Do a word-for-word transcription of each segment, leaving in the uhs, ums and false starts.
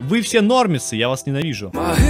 Вы все нормисы, я вас ненавижу.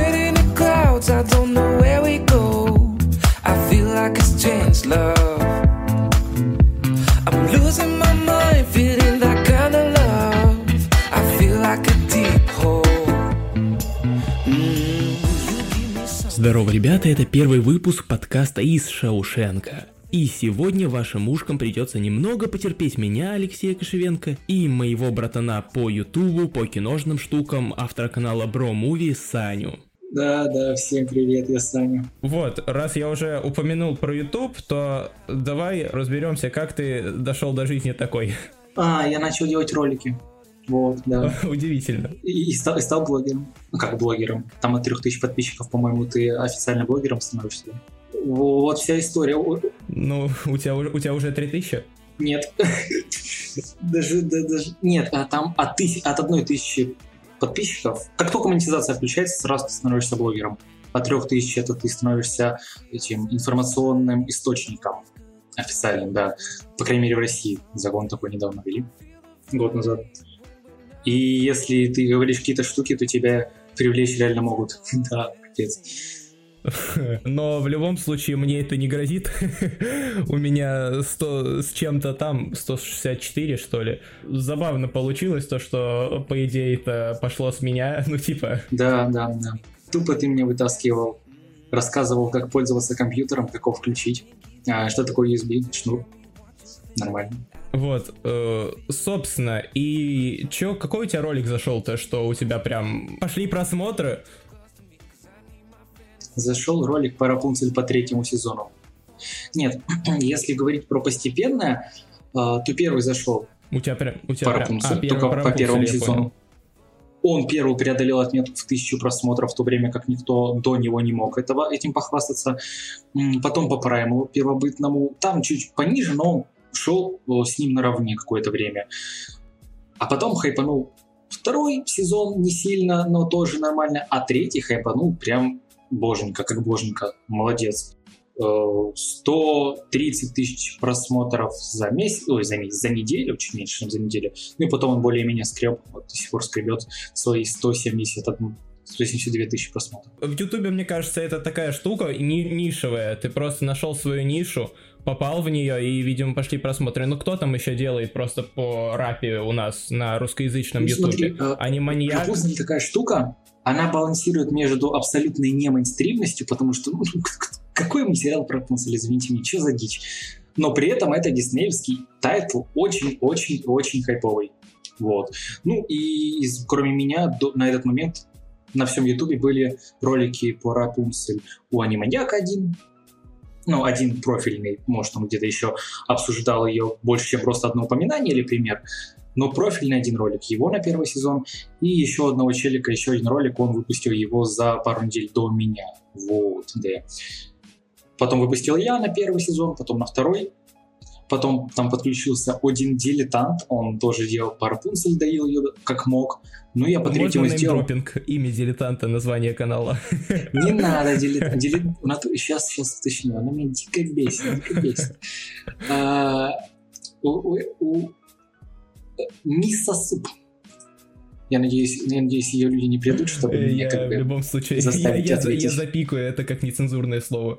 Здорово, ребята, это первый выпуск подкаста из Шаушенка. И сегодня вашим ушкам придется немного потерпеть меня, Алексея Кошевенко, и моего братана по ютубу, по киножным штукам, автора канала Bro Movie, Саню. Да, да, всем привет, я Саня. Вот, раз я уже упомянул про YouTube, то давай разберемся, как ты дошел до жизни такой. А, я начал делать ролики. Вот, да. Удивительно. И, и, стал, и стал блогером. Ну, как блогером. Там от трех тысяч подписчиков, по-моему, ты официально блогером становишься. Вот вся история. Ну, у тебя, у тебя уже три тысячи? Нет. даже, да, даже... Нет, а там от, тысяч, от одной тысячи подписчиков, как только монетизация включается, сразу ты становишься блогером. От трех тысяч это ты становишься этим информационным источником официальным, да. По крайней мере, в России. Закон такой недавно ввели. Год назад. И если ты говоришь какие-то штуки, то тебя привлечь реально могут. Да, капец. Но в любом случае мне это не грозит. У меня сто с чем-то там, сто шестьдесят четыре, что ли. Забавно получилось то, что, по идее, это пошло с меня. Ну, типа... Да, да, да. Тупо ты мне вытаскивал, рассказывал, как пользоваться компьютером, как его включить. А, что такое ю эс би, шнур. Нормально. Вот, э, собственно, и чё, какой у тебя ролик зашел-то, что у тебя прям пошли просмотры? Зашел ролик по Рапунцель по третьему сезону. Нет, если говорить про постепенное, э, то первый зашел. У тебя прям, у тебя по прям, Рапунцель, а, первый только по, по первому сезону. Понял. Он первый преодолел отметку в тысячу просмотров, в то время как никто до него не мог этого, этим похвастаться. Потом по Прайму первобытному, там чуть пониже, но он шел с ним наравне какое-то время. А потом хайпанул второй сезон не сильно, но тоже нормально. А третий хайпанул прям боженька, как боженька. Молодец. сто тридцать тысяч просмотров за месяц, ой, за месяц, за неделю, чуть меньше, чем за неделю. Ну и потом он более-менее скреб, вот до сих пор скребет свои сто семьдесят один сто семьдесят две тысячи просмотров. В Ютубе, мне кажется, это такая штука ни- нишевая. Ты просто нашел свою нишу, попал в нее, и, видимо, пошли просмотры. Ну, кто там еще делает просто по рапе у нас на русскоязычном Ютубе? Ну, а не маньяк? Рапунцель такая штука, она балансирует между абсолютной немейнстримностью, потому что, ну, какой материал про Рапунцель, извините меня, что за дичь? Но при этом это диснеевский тайтл очень-очень-очень хайповый. Вот. Ну, и кроме меня, до, на этот момент на всем Ютубе были ролики по Рапунцель у Аниманьяка один, ну, один профильный, может, он где-то еще обсуждал ее больше, чем просто одно упоминание или пример, но профильный один ролик его на первый сезон, и еще одного челика, еще один ролик, он выпустил его за пару недель до меня. Вот, да. Потом выпустил я на первый сезон, потом на второй. Потом там подключился один дилетант, он тоже делал по Рапунцель, доил ее как мог. Ну, я по Можно третьему сделал... неймдропинг, имя дилетанта, название канала. Не надо дилетант. Дилет... Сейчас, сейчас уточню, она меня дико бесит, дико бесит. А, у, у, у... Миссасуп. Я надеюсь, я надеюсь, ее люди не придут, чтобы я, меня как бы в любом случае, заставить я, ответить. Я, я запикаю это как нецензурное слово.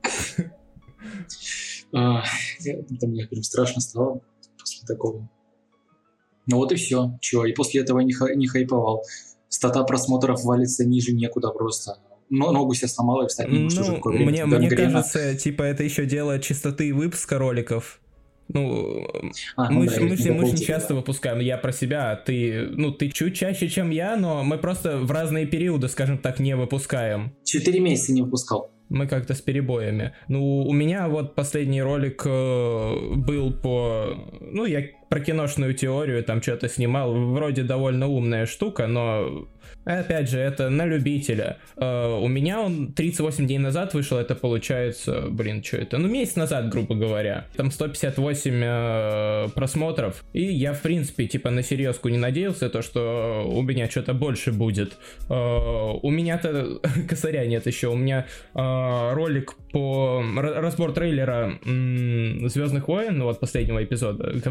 А, это мне прям страшно стало после такого. Ну вот и все. Чё, и после этого не, ха- не хайповал. Стата просмотров валится ниже некуда просто. Но ногу себе сломала и встать не может, ну, уже такое время. Мне, мне кажется, типа это еще дело чистоты выпуска роликов. Ну, а, мы, ну да, мы, мы, мы не типа, часто да. выпускаем, я про себя, ты, ну, ты чуть чаще, чем я, но мы просто в разные периоды, скажем так, не выпускаем. Четыре месяца не выпускал. Мы как-то с перебоями. Ну, у меня вот последний ролик э, был по... Ну, я про киношную теорию там что-то снимал. Вроде довольно умная штука, но... Опять же, это на любителя. Э, у меня он тридцать восемь дней назад вышел, это получается... Блин, что это? Ну, месяц назад, грубо говоря. Там сто пятьдесят восемь э, просмотров. И я, в принципе, типа на серьезку не надеялся, то, что у меня что-то больше будет. Э, у меня-то косаря нет еще. У меня... Э, ролик по разбор трейлера м- Звездных войн, ну вот последнего эпизода, ко мне на эпизод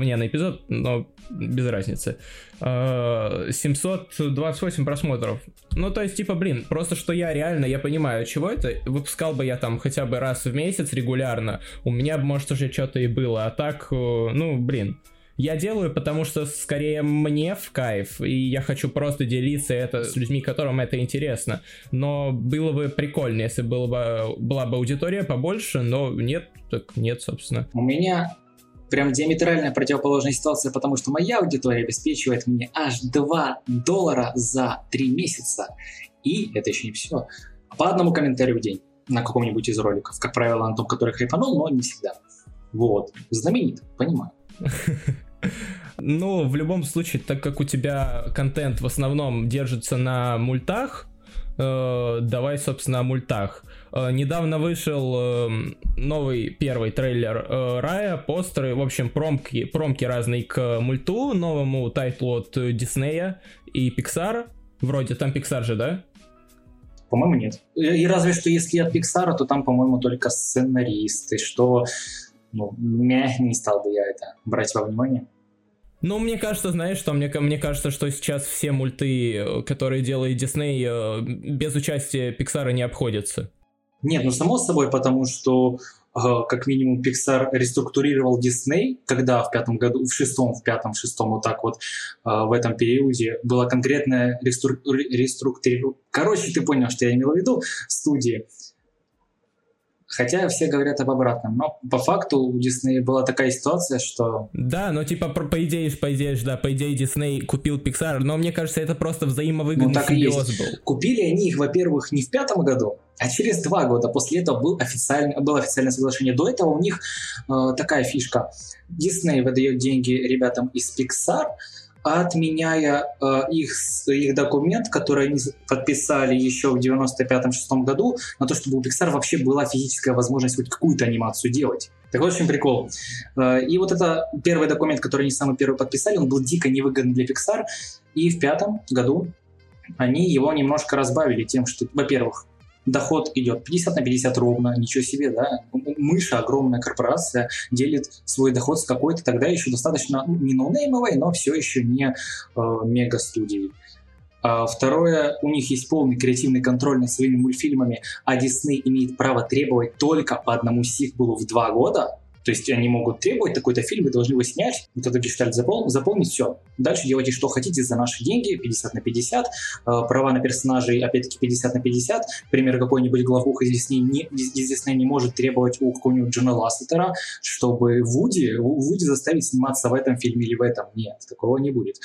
эпизод, но без разницы. семьсот двадцать восемь просмотров. Ну, то есть, типа, блин, просто что я реально, я понимаю, чего это, выпускал бы я там хотя бы раз в месяц регулярно, у меня, может, уже что-то и было, а так, ну, блин, я делаю, потому что скорее мне в кайф, и я хочу просто делиться это с людьми, которым это интересно, но было бы прикольно, если было бы, была бы аудитория побольше, но нет, так нет, собственно. У меня прям диаметральная противоположная ситуация, потому что моя аудитория обеспечивает мне аж два доллара за три месяца. И это еще не все. По одному комментарию в день на каком-нибудь из роликов. Как правило, на том, который хайпанул, но не всегда. Вот. Знаменит, понимаю. Ну, в любом случае, так как у тебя контент в основном держится на мультах, э, давай, собственно, о мультах. Э, недавно вышел э, новый первый трейлер э, Рая, постеры, в общем, промки, промки разные к мульту, новому тайтлу от Диснея и Pixar. Вроде там Pixar же, да? По-моему, нет. И разве что если от Pixar, то там, по-моему, только сценаристы, что, ну, не стал бы я это брать во внимание. Ну, мне кажется, знаешь, что мне, мне кажется, что сейчас все мульты, которые делает Дисней, без участия Pixar не обходятся. Нет, ну само собой, потому что как минимум Pixar реструктурировал Disney, когда в пятом году, в шестом, в пятом, в шестом, вот так вот в этом периоде была конкретная реструктурировка. Короче, ты понял, что я имел в виду, студии. Хотя все говорят об обратном, но по факту у Disney была такая ситуация, что... Да, ну типа по идее, по идее, да, по идее Disney купил Pixar, но мне кажется, это просто взаимовыгодный ну, симбиоз был. Купили они их, во-первых, не в пятом году, а через два года. После этого был официальный, было официальное соглашение. До этого у них э, такая фишка. Disney выдает деньги ребятам из Pixar, отменяя э, их, их документ, который они подписали еще в девяносто пятом шестом году, на то, чтобы у Pixar вообще была физическая возможность хоть какую-то анимацию делать. Так вот, в чем прикол. Э, и вот это первый документ, который они самый первый подписали, он был дико невыгоден для Pixar, и в пятом году они его немножко разбавили тем, что, во-первых, доход идет пятьдесят на пятьдесят ровно, ничего себе, да? Мыша, огромная корпорация, делит свой доход с какой-то тогда еще достаточно, ну, не ноунеймовой, но все еще не э, мега-студией. А второе, у них есть полный креативный контроль над своими мультфильмами, а Disney имеет право требовать только по одному сиквелу в два года. То есть они могут требовать такой-то фильм, вы должны его снять, вот это гештальт запол- заполнить, все. Дальше делайте, что хотите за наши деньги, пятьдесят на пятьдесят, э, права на персонажей, опять-таки, пятьдесят на пятьдесят. Например, какой-нибудь главбух из Дисней не, Дисней не может требовать у какого-нибудь Джона Лассетера, чтобы Вуди, Вуди заставить сниматься в этом фильме или в этом. Нет, такого не будет.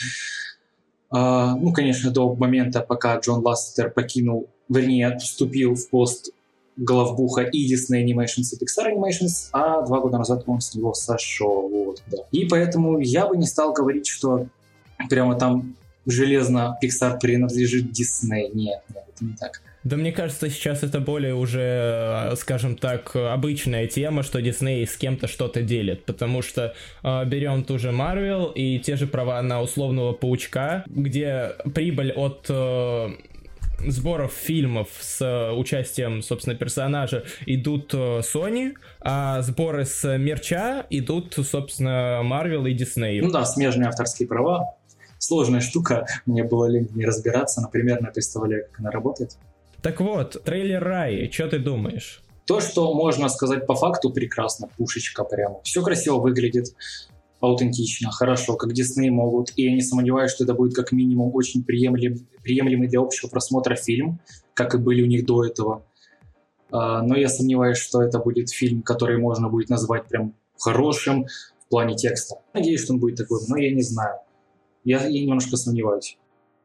Э, ну, конечно, до момента, пока Джон Лассетер покинул, вернее, вступил в пост главбуха и Disney Animations, и Pixar Animations, а два года назад он с него сошел. Вот, да. И поэтому я бы не стал говорить, что прямо там железно Pixar принадлежит Disney. Нет, нет, это не так. Да мне кажется, сейчас это более уже, скажем так, обычная тема, что Disney с кем-то что-то делит, потому что э, берем ту же Marvel и те же права на условного Паучка, где прибыль от... Э, сборов фильмов с участием, собственно, персонажа идут Sony, а сборы с мерча идут, собственно, Marvel и Disney. Ну да, смежные авторские права. Сложная штука, мне было лень не разбираться, но примерно представляю, как она работает. Так вот, трейлер Раи, что ты думаешь? То, что можно сказать по факту, прекрасно, пушечка прямо. Все красиво выглядит, аутентично, хорошо, как Disney могут. И я не сомневаюсь, что это будет как минимум очень приемлем, приемлемый для общего просмотра фильм, как и были у них до этого. А, но я сомневаюсь, что это будет фильм, который можно будет назвать прям хорошим в плане текста. Надеюсь, что он будет такой, но я не знаю. Я, я немножко сомневаюсь.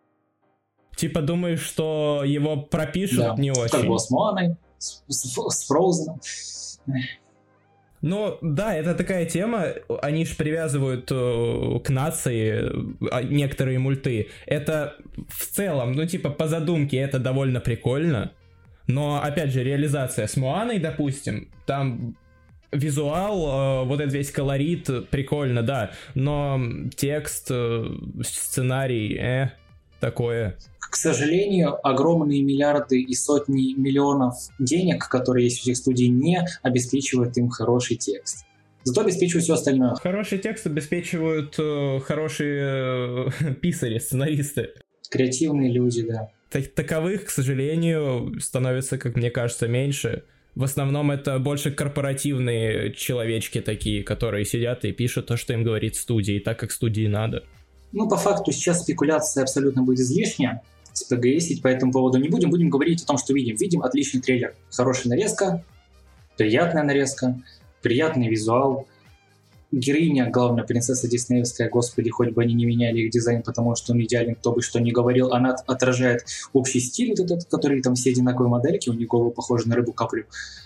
Типа думаешь, что его пропишут да. не очень? Как было с Моаной, с, с, с Frozen. Ну, да, это такая тема, они же привязывают э, к нации э, некоторые мульты. Это в целом, ну, типа, по задумке это довольно прикольно, но, опять же, реализация с Моаной, допустим, там визуал, э, вот этот весь колорит, прикольно, да, но текст, э, сценарий, э, такое... К сожалению, огромные миллиарды и сотни миллионов денег, которые есть у этих студий, не обеспечивают им хороший текст. Зато обеспечивают все остальное. Хороший текст обеспечивают э, хорошие э, писари, сценаристы. Креативные люди, да. Так, таковых, к сожалению, становится, как мне кажется, меньше. В основном это больше корпоративные человечки такие, которые сидят и пишут то, что им говорит студия, и так, как студии надо. Ну, по факту, сейчас спекуляция абсолютно будет излишняя. Спгсить по этому поводу не будем. Будем говорить о том, что видим. Видим отличный трейлер. Хорошая нарезка, приятная нарезка, приятный визуал. Героиня, главная принцесса диснеевская, господи, хоть бы они не меняли их дизайн, потому что он идеален, кто бы что ни говорил. Она отражает общий стиль, вот этот, который там все одинаковые модельки, у них голову похожи на рыбу каплю.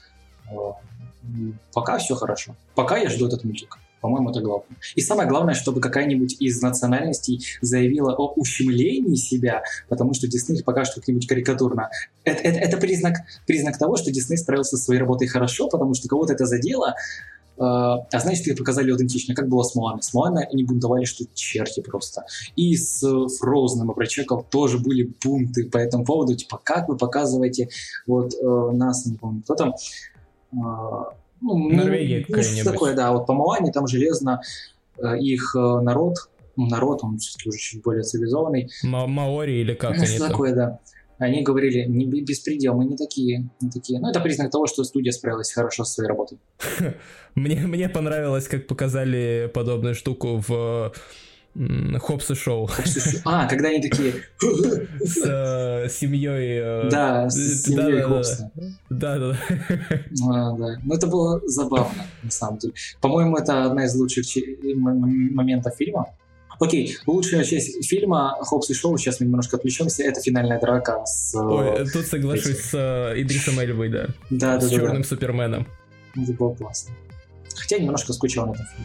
Пока все хорошо. Пока я жду этот мультик. По-моему, это главное. И самое главное, чтобы какая-нибудь из национальностей заявила о ущемлении себя, потому что Дисней их покажет как-нибудь карикатурно. Это, это, это признак, признак того, что Дисней справился со своей работой хорошо, потому что кого-то это задело, э, а значит, их показали аутентично. Как было с Моаной. С Моаной они бунтовали, что черти просто. И с Фроузеном и Прочеком тоже были бунты по этому поводу. Типа, как вы показываете вот э, нас, не помню, кто там... Э, Ну, Норвегия ну, какая-нибудь. Что такое, да. Вот по Моане там железно э, их э, народ, ну, народ, он все-таки уже чуть более цивилизованный. Ма- Маори или как Ну, они что там? такое, да. Они говорили, не беспредел, мы не такие, не такие. Ну, это признак того, что студия справилась хорошо со своей работой. Мне, мне понравилось, как показали подобную штуку в Хопс и Шоу. А, когда они такие... С э, семьей... Да, с семьей Хопса. Да-да-да. А, да. Ну, это было забавно, на самом деле. По-моему, это одна из лучших чи- м- моментов фильма. Окей, лучшая часть фильма «Хопс и Шоу», сейчас мы немножко отвлечемся, это финальная драка с... Ой, тут соглашусь с э, Идрисом Эльбой, да. Да, да, с да, черным да. Суперменом. Это было классно. Хотя немножко скучал на этом фильме.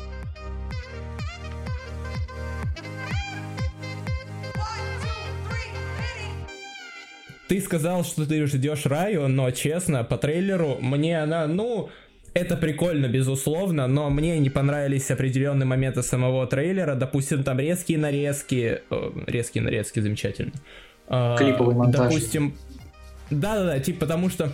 Ты сказал, что ты ждешь Раю, но, честно, по трейлеру мне она, ну... Это прикольно, безусловно, но мне не понравились определенные моменты самого трейлера. Допустим, там резкие нарезки. О, резкие нарезки, замечательно. Клиповый монтаж. Допустим, да-да-да, типа потому что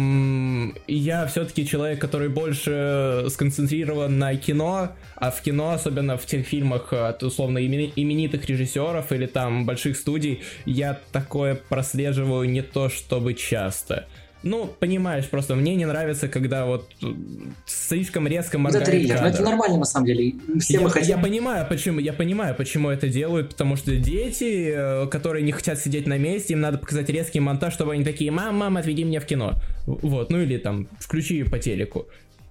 м- я все-таки человек, который больше сконцентрирован на кино, а в кино, особенно в тех фильмах от условно имени- именитых режиссеров или там больших студий, я такое прослеживаю не то чтобы часто. Ну, понимаешь, просто мне не нравится, когда вот слишком резко моргает Это трейлер, кадр. но это нормально на самом деле. Все Я, мы хотим... я понимаю, почему, я понимаю, почему это делают, потому что дети, э, которые не хотят сидеть на месте, им надо показать резкий монтаж, чтобы они такие: мам, мам, отведи меня в кино. Вот, ну или там, включи по телеку.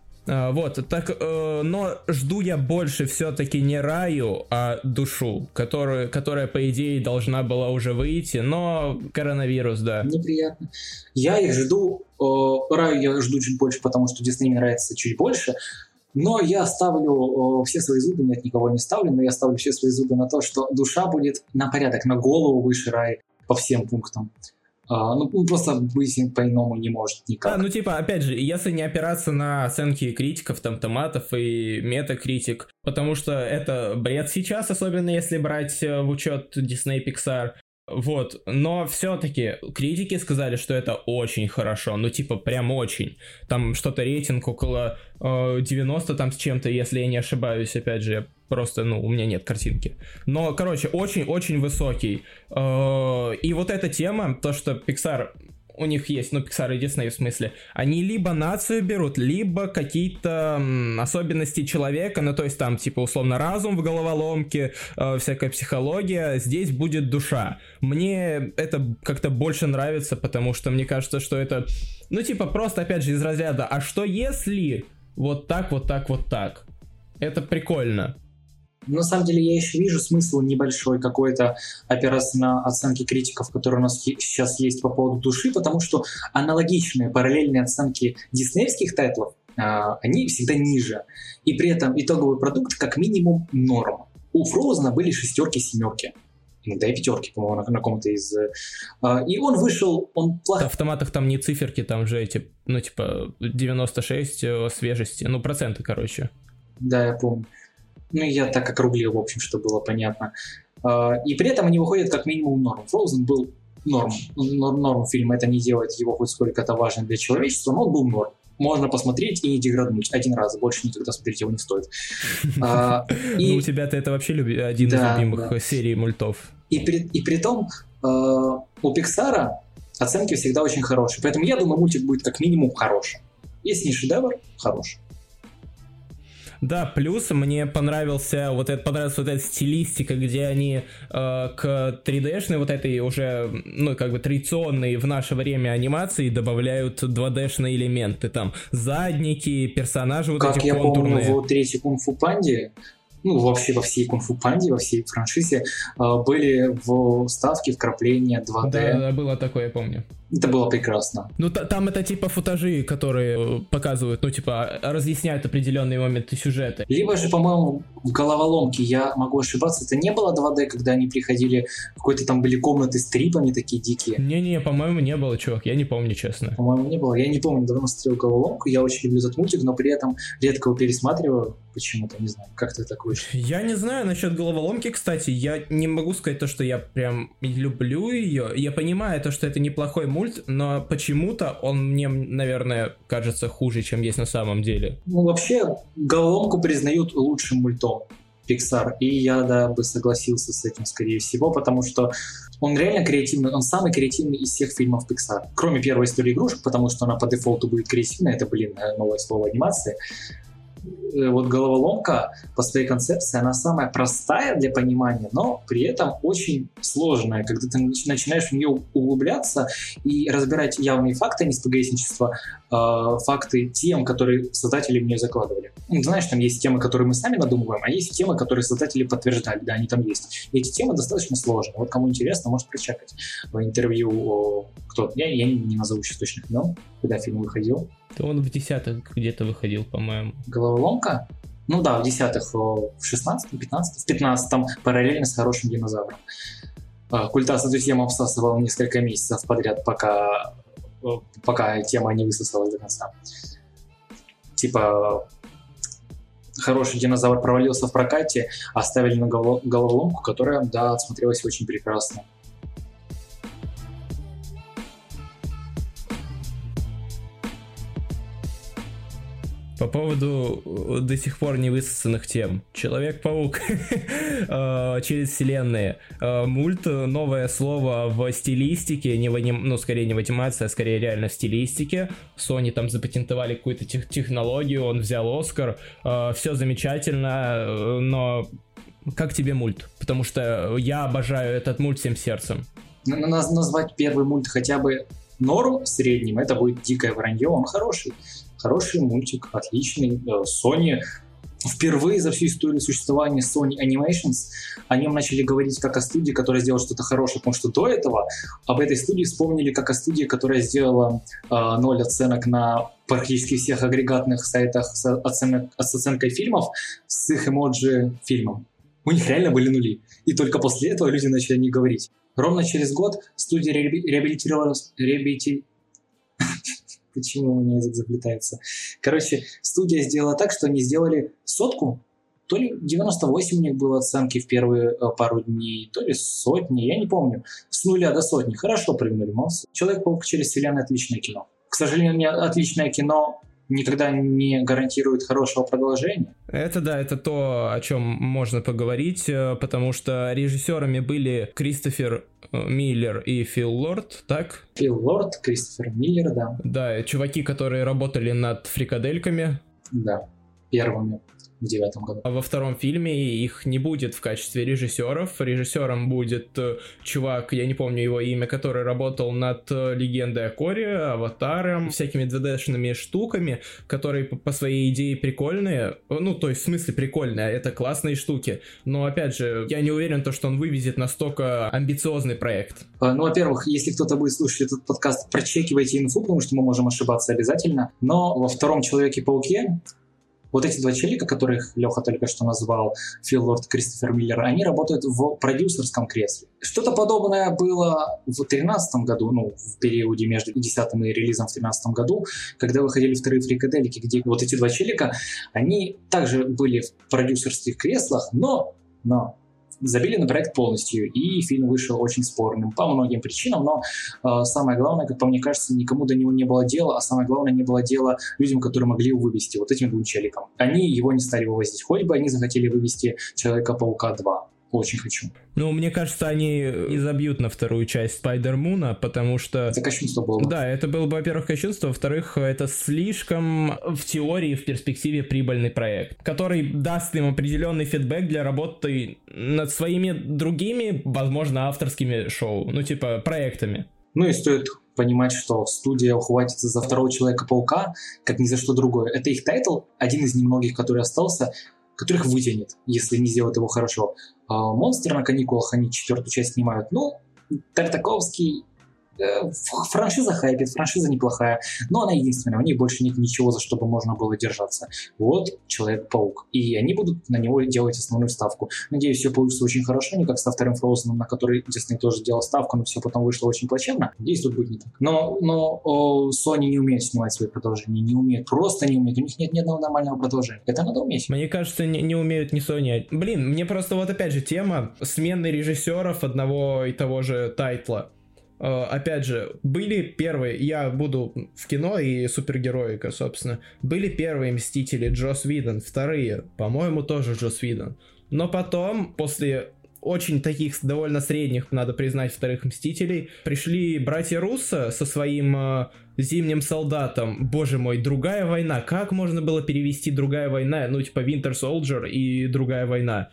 А, вот, так, э, но жду я больше все-таки не Раю, а Душу, которую, которая, по идее, должна была уже выйти, но коронавирус, да. Неприятно. Я их жду, э, Раю я жду чуть больше, потому что Дисней мне нравится чуть больше, но я ставлю э, все свои зубы, нет, никого не ставлю, но я ставлю все свои зубы на то, что Душа будет на порядок, на голову выше Раи по всем пунктам. Uh, ну, просто быть по-иному не может никак. А, ну, типа, опять же, если не опираться на оценки критиков, там, томатов и метакритик, потому что это бред сейчас, особенно если брать в учет Disney Pixar. Вот, но все-таки критики сказали, что это очень хорошо, ну типа прям очень. Там что-то рейтинг около э, девяносто там с чем-то, если я не ошибаюсь, опять же, я просто, ну, у меня нет картинки. Но, короче, очень-очень высокий. Э, и вот эта тема, то, что Pixar... У них есть, ну, Pixar и Disney в смысле, они либо нацию берут, либо какие-то м, особенности человека, ну, то есть там, типа, условно, разум в головоломке, э, всякая психология, здесь будет душа. Мне это как-то больше нравится, потому что мне кажется, что это, ну, типа, просто, опять же, из разряда, а что если вот так, вот так, вот так? Это прикольно. На самом деле я еще вижу смысл небольшой какой-то, опираться на оценки критиков, которые у нас сейчас есть по поводу Души, потому что аналогичные параллельные оценки диснеевских тайтлов, а, они всегда ниже. И при этом итоговый продукт как минимум норм. У Фроузена были шестерки, семерки. Иногда и пятерки, по-моему, на, на каком-то из... А, и он вышел, он плохо... В автоматах там не циферки, там же эти, ну типа девяносто шесть свежести, ну проценты, короче. Да, я помню. Ну, я так округлил, в общем, что было понятно. И при этом они выходят как минимум норм. Frozen был норм. Норм, норм фильм. Это не делает его хоть сколько-то важным для человечества, но он был норм. можно посмотреть и не деграднуть один раз, больше никогда смотреть его не стоит. А, и... Ну, у тебя-то это вообще люби... один да, из любимых да. серий мультов. И при, и при том, э, у Pixar оценки всегда очень хорошие, поэтому я думаю, мультик будет как минимум хороший. Если не шедевр, хороший. Да, плюс мне понравился вот это, понравилась вот эта стилистика, где они э, к три дэ-шной вот этой уже, ну, как бы традиционной в наше время анимации добавляют два дэ-шные элементы, там, задники, персонажи вот как эти я контурные. Помню, в третьей Кунг-фу Панде, ну, вообще во всей Кунг-фу Панде, во всей франшизе э, были вставки, вкрапления два дэ. Да, да, было такое, я помню. Это было прекрасно. Ну, т- там это типа футажи, которые показывают, ну, типа, разъясняют определенные моменты сюжета. Либо же, по-моему, в головоломке, я могу ошибаться, это не было два дэ, когда они приходили, какой-то там были комнаты с трипами такие дикие? Не-не, по-моему, не было, чувак, я не помню, честно. По-моему, не было. Я не помню, давно смотрел головоломку, я очень люблю этот мультик, но при этом редко его пересматриваю, почему-то, не знаю, как-то такое. Я не знаю насчет головоломки, кстати, я не могу сказать то, что я прям люблю ее, я понимаю то, что это неплохой мультик, мульт, но почему-то он мне, наверное, кажется хуже, чем есть на самом деле. Ну, вообще, головоломку признают лучшим мультом Pixar, и я, да, бы согласился с этим, скорее всего, потому что он реально креативный, он самый креативный из всех фильмов Pixar. Кроме первой истории игрушек, потому что она по дефолту будет креативная, это, блин, новое слово анимации. Вот головоломка по своей концепции, она самая простая для понимания, но при этом очень сложная. Когда ты начинаешь в нее углубляться и разбирать явные факты неспогресничества, э, факты тем, которые создатели в нее закладывали. Ну, знаешь, там есть темы, которые мы сами надумываем, а есть темы, которые создатели подтверждали, да, они там есть. И эти темы достаточно сложные. Вот кому интересно, может прочекать в интервью о, кто я, я не назову сейчас точных имен, когда фильм выходил. Он в десятых где-то выходил, по-моему. Головоломка? Ну да, в десятых, в шестнадцатом, пятнадцатом, в пятнадцатом параллельно с хорошим динозавром. Культас эту тему обсасывал несколько месяцев подряд, пока, пока тема не высосалась до конца. Типа, хороший динозавр провалился в прокате, оставили на головоломку, которая, да, смотрелась очень прекрасно. По поводу до сих пор не высосанных тем. Человек-паук через вселенные. Мульт — новое слово в стилистике, не в аним... ну, скорее не в анимации, а скорее реально в стилистике. Sony там запатентовали какую-то тех- технологию, он взял Оскар. Все замечательно, но как тебе мульт? Потому что я обожаю этот мульт всем сердцем. Назвать первый мульт хотя бы норм средним, это будет дикое вранье, он хороший. Хороший мультик, отличный. Sony впервые за всю историю существования Sony Animations о нем начали говорить как о студии, которая сделала что-то хорошее, потому что до этого об этой студии вспомнили как о студии, которая сделала э, ноль оценок на практически всех агрегатных сайтах с, оценок, с оценкой фильмов с их эмоджи фильмом. У них реально были нули. И только после этого люди начали о них говорить. Ровно через год студия реабилитировалась... Реабилити... Почему у меня язык заплетается? Короче, студия сделала так, что они сделали сотку, то ли девяносто восемь у них было оценки в первые э, пару дней, то ли сотни, я не помню. С нуля до сотни. Хорошо прыгнули, молодцы. Человек-паук через вселенную — отличное кино. К сожалению, отличное кино никогда не гарантирует хорошего продолжения. Это да, это то, о чем можно поговорить, потому что режиссерами были Кристофер Миллер и Фил Лорд, так? Фил Лорд, Кристофер Миллер, да. Да, чуваки, которые работали над «Фрикадельками». Да, первыми. В девятом году. А во втором фильме их не будет в качестве режиссеров. Режиссером будет э, чувак, я не помню его имя, который работал над э, «Легендой о Корре», «Аватаром», всякими два дэ-шными штуками, которые по, по своей идее прикольные. Ну, то есть, в смысле прикольные, это классные штуки. Но, опять же, я не уверен, то, что он вывезет настолько амбициозный проект. Ну, во-первых, если кто-то будет слушать этот подкаст, прочекивайте инфу, потому что мы можем ошибаться обязательно. Но во втором «Человеке-пауке» вот эти два челика, которых Леха только что назвал, Фил Лорд, Кристофер Миллер, они работают в продюсерском кресле. Что-то подобное было в тринадцатом году, ну, в периоде между десятым и релизом в тринадцатом году, когда выходили вторые фрикадельки, где вот эти два челика, они также были в продюсерских креслах, но, но забили на проект полностью, и фильм вышел очень спорным по многим причинам, но э, самое главное, как по мне кажется, никому до него не было дела, а самое главное, не было дела людям, которые могли его вывести, вот этим двум челикам. Они его не стали вывозить, хоть бы они захотели вывести Человека-паука два. Очень хочу. Ну, мне кажется, они не забьют на вторую часть Спайдер-Муна, потому что... Это кощунство было бы. Да, это было бы, во-первых, кощунство, во-вторых, это слишком в теории, в перспективе прибыльный проект, который даст им определенный фидбэк для работы над своими другими, возможно, авторскими шоу, ну, типа, проектами. Ну и стоит понимать, что студия ухватится за второго Человека-паука, как ни за что другое. Это их тайтл, один из немногих, который остался, которых вытянет, если не сделают его хорошо. А «Монстры на каникулах», они четвертую часть снимают. Ну, Тартаковский... Э, франшиза хайпит, франшиза неплохая, но она единственная, у них больше нет ничего, за что бы можно было держаться. Вот Человек-паук. И они будут на него делать основную ставку. Надеюсь, все получится очень хорошо, не как со вторым Фроузеном, на который Дисней тоже делал ставку, но все потом вышло очень плачевно. Надеюсь, тут будет не так. Но, но о, Sony не умеет снимать свои продолжения, не умеет, просто не умеет. У них нет ни одного нормального продолжения. Это надо уметь. Мне кажется, не, не умеют ни Sony. Блин, мне просто вот опять же тема смены режиссеров одного и того же тайтла. Uh, опять же, были первые, я буду в кино и супергероика, собственно, были первые Мстители, Джосс Уидон, вторые, по-моему, тоже Джосс Уидон. Но потом, после очень таких довольно средних, надо признать, вторых Мстителей, пришли братья Руссо со своим uh, Зимним солдатом. Боже мой, другая война. Как можно было перевести другая война? Ну, типа Winter Soldier и другая война.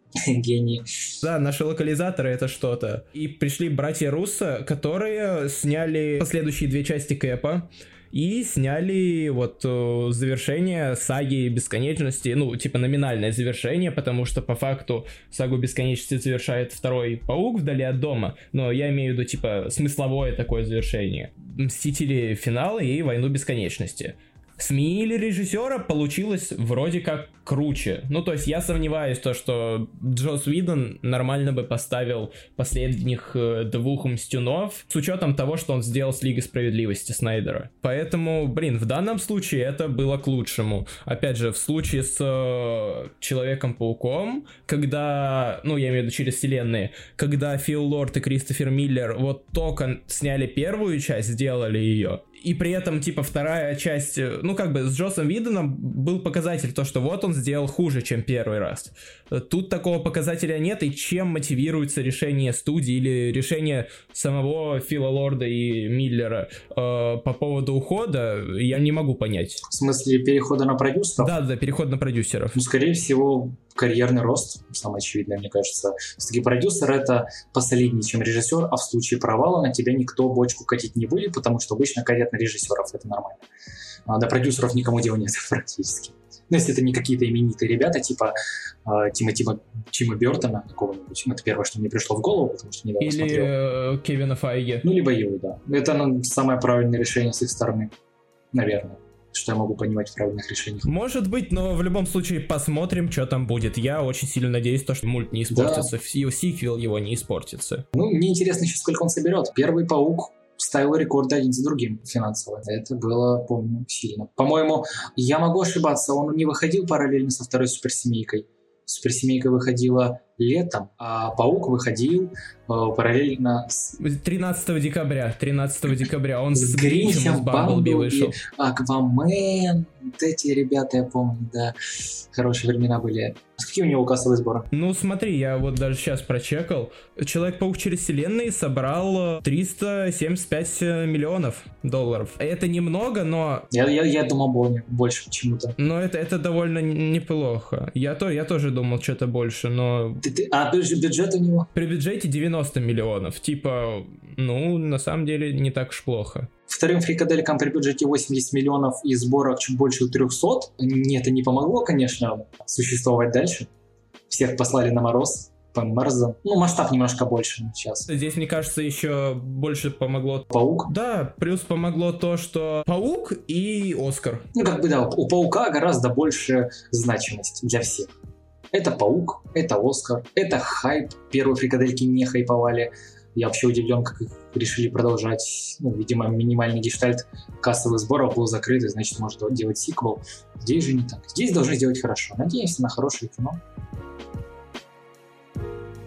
Гений. Да, наши локализаторы — это что-то. И пришли братья Руссо, которые сняли последующие две части Кэпа и сняли вот э, завершение саги Бесконечности, ну, типа номинальное завершение, потому что по факту сагу Бесконечности завершает второй Паук вдали от дома, но я имею в виду, типа, смысловое такое завершение. Мстители финала и Войну Бесконечности. Сменили режиссера, получилось вроде как круче. Ну, то есть я сомневаюсь, то, что Джосс Уидон нормально бы поставил последних э, двух Мстюнов, с учетом того, что он сделал с Лигой Справедливости Снайдера. Поэтому, блин, в данном случае это было к лучшему. Опять же, в случае с э, Человеком-пауком, когда, ну, я имею в виду через вселенные, когда Фил Лорд и Кристофер Миллер вот только сняли первую часть, сделали ее, и при этом, типа, вторая часть, ну, как бы, с Джоссом Уидоном был показатель, то, что вот он сделал хуже, чем первый раз. Тут такого показателя нет, и чем мотивируется решение студии или решение самого Фила Лорда и Миллера э, по поводу ухода, я не могу понять. В смысле перехода на продюсеров? Да, да, переход на продюсеров. Ну, скорее всего, карьерный рост, самое очевидное, мне кажется. Все-таки продюсер — это посолиднее, чем режиссер, а в случае провала на тебя никто бочку катить не будет, потому что обычно катят на режиссеров, это нормально. А до продюсеров никому дела нет практически. Ну, если это не какие-то именитые ребята, типа э, Тима, Тима, Тима Бёртона какого-нибудь. Это первое, что мне пришло в голову, потому что недавно Или смотрел. Или Кевина Файги. Ну, либо его, да. Это ну, самое правильное решение с их стороны, наверное. Что я могу понимать в правильных решениях. Может быть, но в любом случае посмотрим, что там будет. Я очень сильно надеюсь, что мульт не испортится, да. Его сиквел его не испортится. Ну, мне интересно еще, сколько он соберет. Первый Паук ставил рекорды один за другим финансово. Это было, помню, сильно. По-моему, я могу ошибаться, он не выходил параллельно со второй суперсемейкой. Суперсемейка выходила летом, а Паук выходил э, параллельно с... тринадцатого декабря. тринадцатого декабря. Он с, с Гринчем, с Бамблби вышел. Аквамен. Вот эти ребята, я помню, да. Хорошие времена были. Какие у него кассовые сборы? Ну, смотри, я вот даже сейчас прочекал. Человек-паук через вселенные собрал триста семьдесят пять миллионов долларов. Это немного, но... Я, я, я думал, больше почему-то. Но это, это довольно неплохо. Я, то, я тоже думал, что-то больше, но... Ты, ты, а бюджет у него? При бюджете девяносто миллионов. Типа, ну, на самом деле, не так уж плохо. Вторым фрикаделькам при бюджете восемьдесят миллионов и сборах чуть больше трехсот. Мне это не помогло, конечно, существовать дальше. Всех послали на мороз. По Марсу. Ну, масштаб немножко больше сейчас. Здесь, мне кажется, еще больше помогло... Паук? Да, плюс помогло то, что Паук и Оскар. Ну, как бы, да, у Паука гораздо больше значимость для всех. Это Паук, это Оскар, это хайп. Первые фрикадельки не хайповали. Я вообще удивлен, как их решили продолжать. Ну, видимо, минимальный гештальт кассовых сборов был закрыт, и, значит, может делать сиквел. Здесь же не так. Здесь должны сделать хорошо. Надеемся на хорошее кино.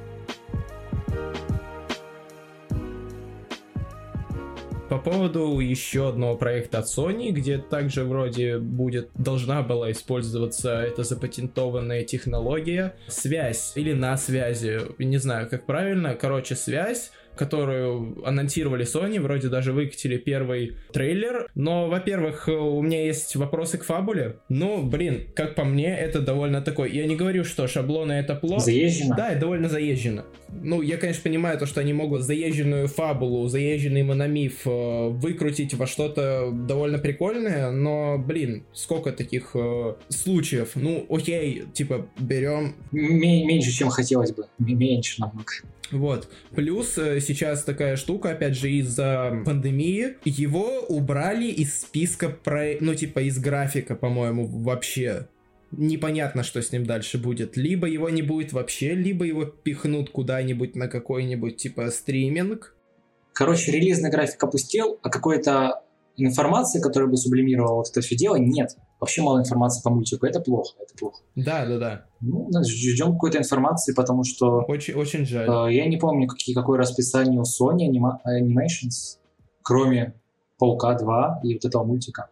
По поводу еще одного проекта от Sony, где также вроде будет, должна была использоваться эта запатентованная технология, связь или на связи, не знаю как правильно, короче связь, которую анонсировали Sony, вроде даже выкатили первый трейлер, но, во-первых, у меня есть вопросы к фабуле, ну, блин, как по мне, это довольно такой, я не говорю, что шаблоны это плохо. Заезжено? Да, это довольно заезжено. Ну, я, конечно, понимаю то, что они могут заезженную фабулу, заезженный мономиф э, выкрутить во что-то довольно прикольное, но, блин, сколько таких э, случаев? Ну, окей, типа, берем... М- меньше, чем хотелось бы. М- меньше намного. Вот. Плюс э, сейчас такая штука, опять же, из-за пандемии, его убрали из списка, про... ну, типа, из графика, по-моему, вообще. Непонятно, что с ним дальше будет. Либо его не будет вообще, либо его пихнут куда-нибудь на какой-нибудь, типа, стриминг. Короче, релизный график опустел, а какой-то информации, которая бы сублимировала вот это все дело, нет. Вообще мало информации по мультику. Это плохо, это плохо. Да, да, да. Ну, ждем какой-то информации, потому что... Очень, очень жаль. Э, я не помню, какие, какое расписание у Sony Anima- Animations, кроме Паука два и вот этого мультика.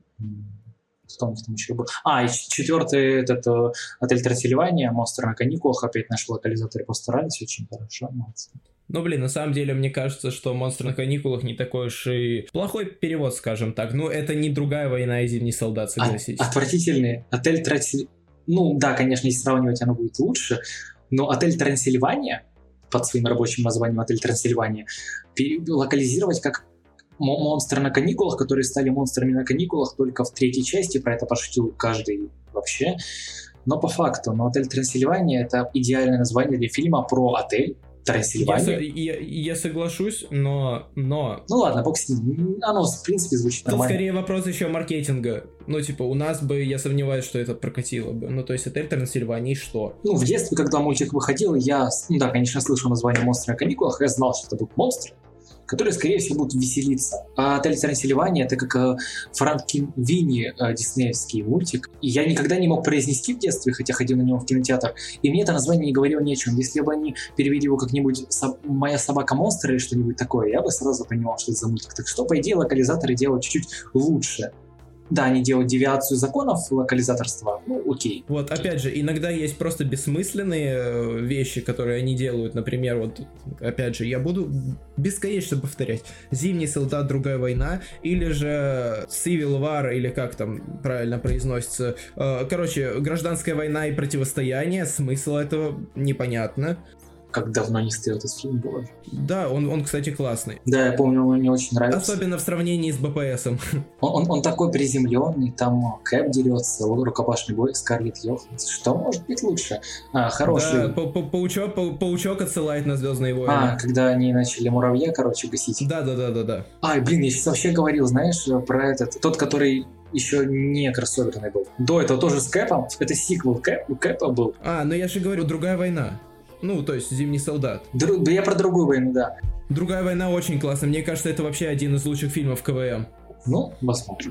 Что у них там еще был? А, и четвертый этот э, Отель Трансильвания, Монстры на каникулах. Опять наши локализаторы постарались очень хорошо. Молодцы. Ну, блин, на самом деле, мне кажется, что «Монстры на каникулах» не такой уж и плохой перевод, скажем так. Ну, это не другая война и зимний солдат, согласитесь. От, отвратительный. Отель Трансильвания. Ну, да, конечно, если сравнивать, оно будет лучше. Но Отель Трансильвания, под своим рабочим названием Отель Трансильвания, локализировать как монстры на каникулах, которые стали монстрами на каникулах только в третьей части, про это пошутил каждый вообще. Но по факту, но Отель Трансильвания — это идеальное название для фильма про отель Трансильвания. Я, я, я соглашусь, но, но... Ну ладно, бог с ним. Оно, в принципе, звучит Тут нормально. скорее вопрос еще маркетинга. Ну, типа, у нас бы, я сомневаюсь, что это прокатило бы. Ну, то есть, Отель Трансильвании что? Ну, в детстве, когда мультик выходил, я, ну да, конечно, слышал название «Монстры на каникулах», я знал, что это будут монстры, которые, скорее всего, будут веселиться. А «Отель Трансильвания» — это как э, Франкенвини э, диснеевский мультик. И я никогда не мог произнести в детстве, хотя ходил на него в кинотеатр, и мне это название не говорило ни о чем. Если бы они перевели его как-нибудь со- «Моя собака-монстр» или что-нибудь такое, я бы сразу понимал, что это за мультик. Так что, по идее, локализаторы делают чуть-чуть лучше. Да, они делают девиацию законов локализаторства, ну окей. Вот, опять же, иногда есть просто бессмысленные вещи, которые они делают. Например, вот, опять же, я буду бесконечно повторять. «Зимний солдат. Другая война», или же Civil War, или как там правильно произносится. Короче, «Гражданская война и противостояние». Смысл этого непонятно. Как давно не стоял этот фильм, боже. Да, он, он, кстати, классный. Да, я помню, он мне очень нравится. Особенно в сравнении с БПСом. Он, он, он такой приземленный, там Кэп дерется, рукопашный бой, Скарлетт Йоханссон. Что может быть лучше? А, хороший. Да, паучок, паучок отсылает на «Звездные войны». А, когда они начали муравья, короче, гасить. Да-да-да-да-да. Ай, блин, я сейчас вообще говорил, знаешь, про этот, тот, который еще не кроссоверный был. До этого тоже с Кэпом, это сиквел Кэп, у Кэпа был. А, ну я же говорю, «Другая война». Ну, то есть «Зимний солдат». Дру... Да я про другую войну, да. «Другая война» очень классно. Мне кажется, это вообще один из лучших фильмов КВМ. Ну, возможно.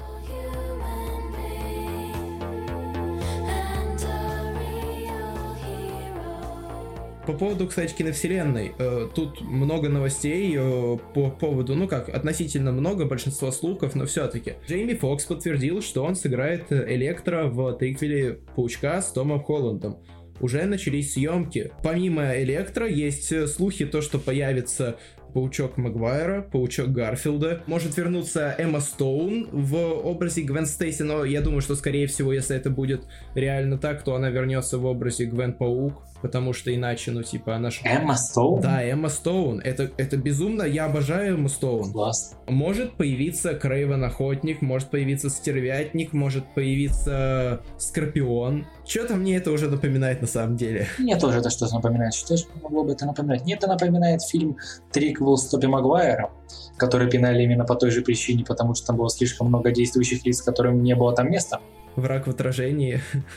По поводу, кстати, киновселенной, э, тут много новостей э, по поводу, ну как, относительно много, большинство слухов, но все-таки. Джейми Фокс подтвердил, что он сыграет Электро в триквеле «Паучка» с Томом Холландом. Уже начались съемки. Помимо Электро есть слухи, то, что появится Паучок Магуайра, Паучок Гарфилда. Может вернуться Эмма Стоун в образе Гвен Стейси, но я думаю, что, скорее всего, если это будет реально так, то она вернется в образе Гвен Паук, потому что иначе, ну, типа, она... Эмма Стоун? Да, Эмма Стоун. Это, это безумно, я обожаю Эмму Стоун. Класс. Может появиться Крейвен Охотник, может появиться Стервятник, может появиться Скорпион. Что-то мне это уже напоминает на самом деле. Мне тоже это что-то напоминает. Что же могло бы это напоминать? Мне это напоминает фильм «Триквел» с Тоби Магуайром, который пинали именно по той же причине, потому что там было слишком много действующих лиц, которым не было там места. Враг в отражении.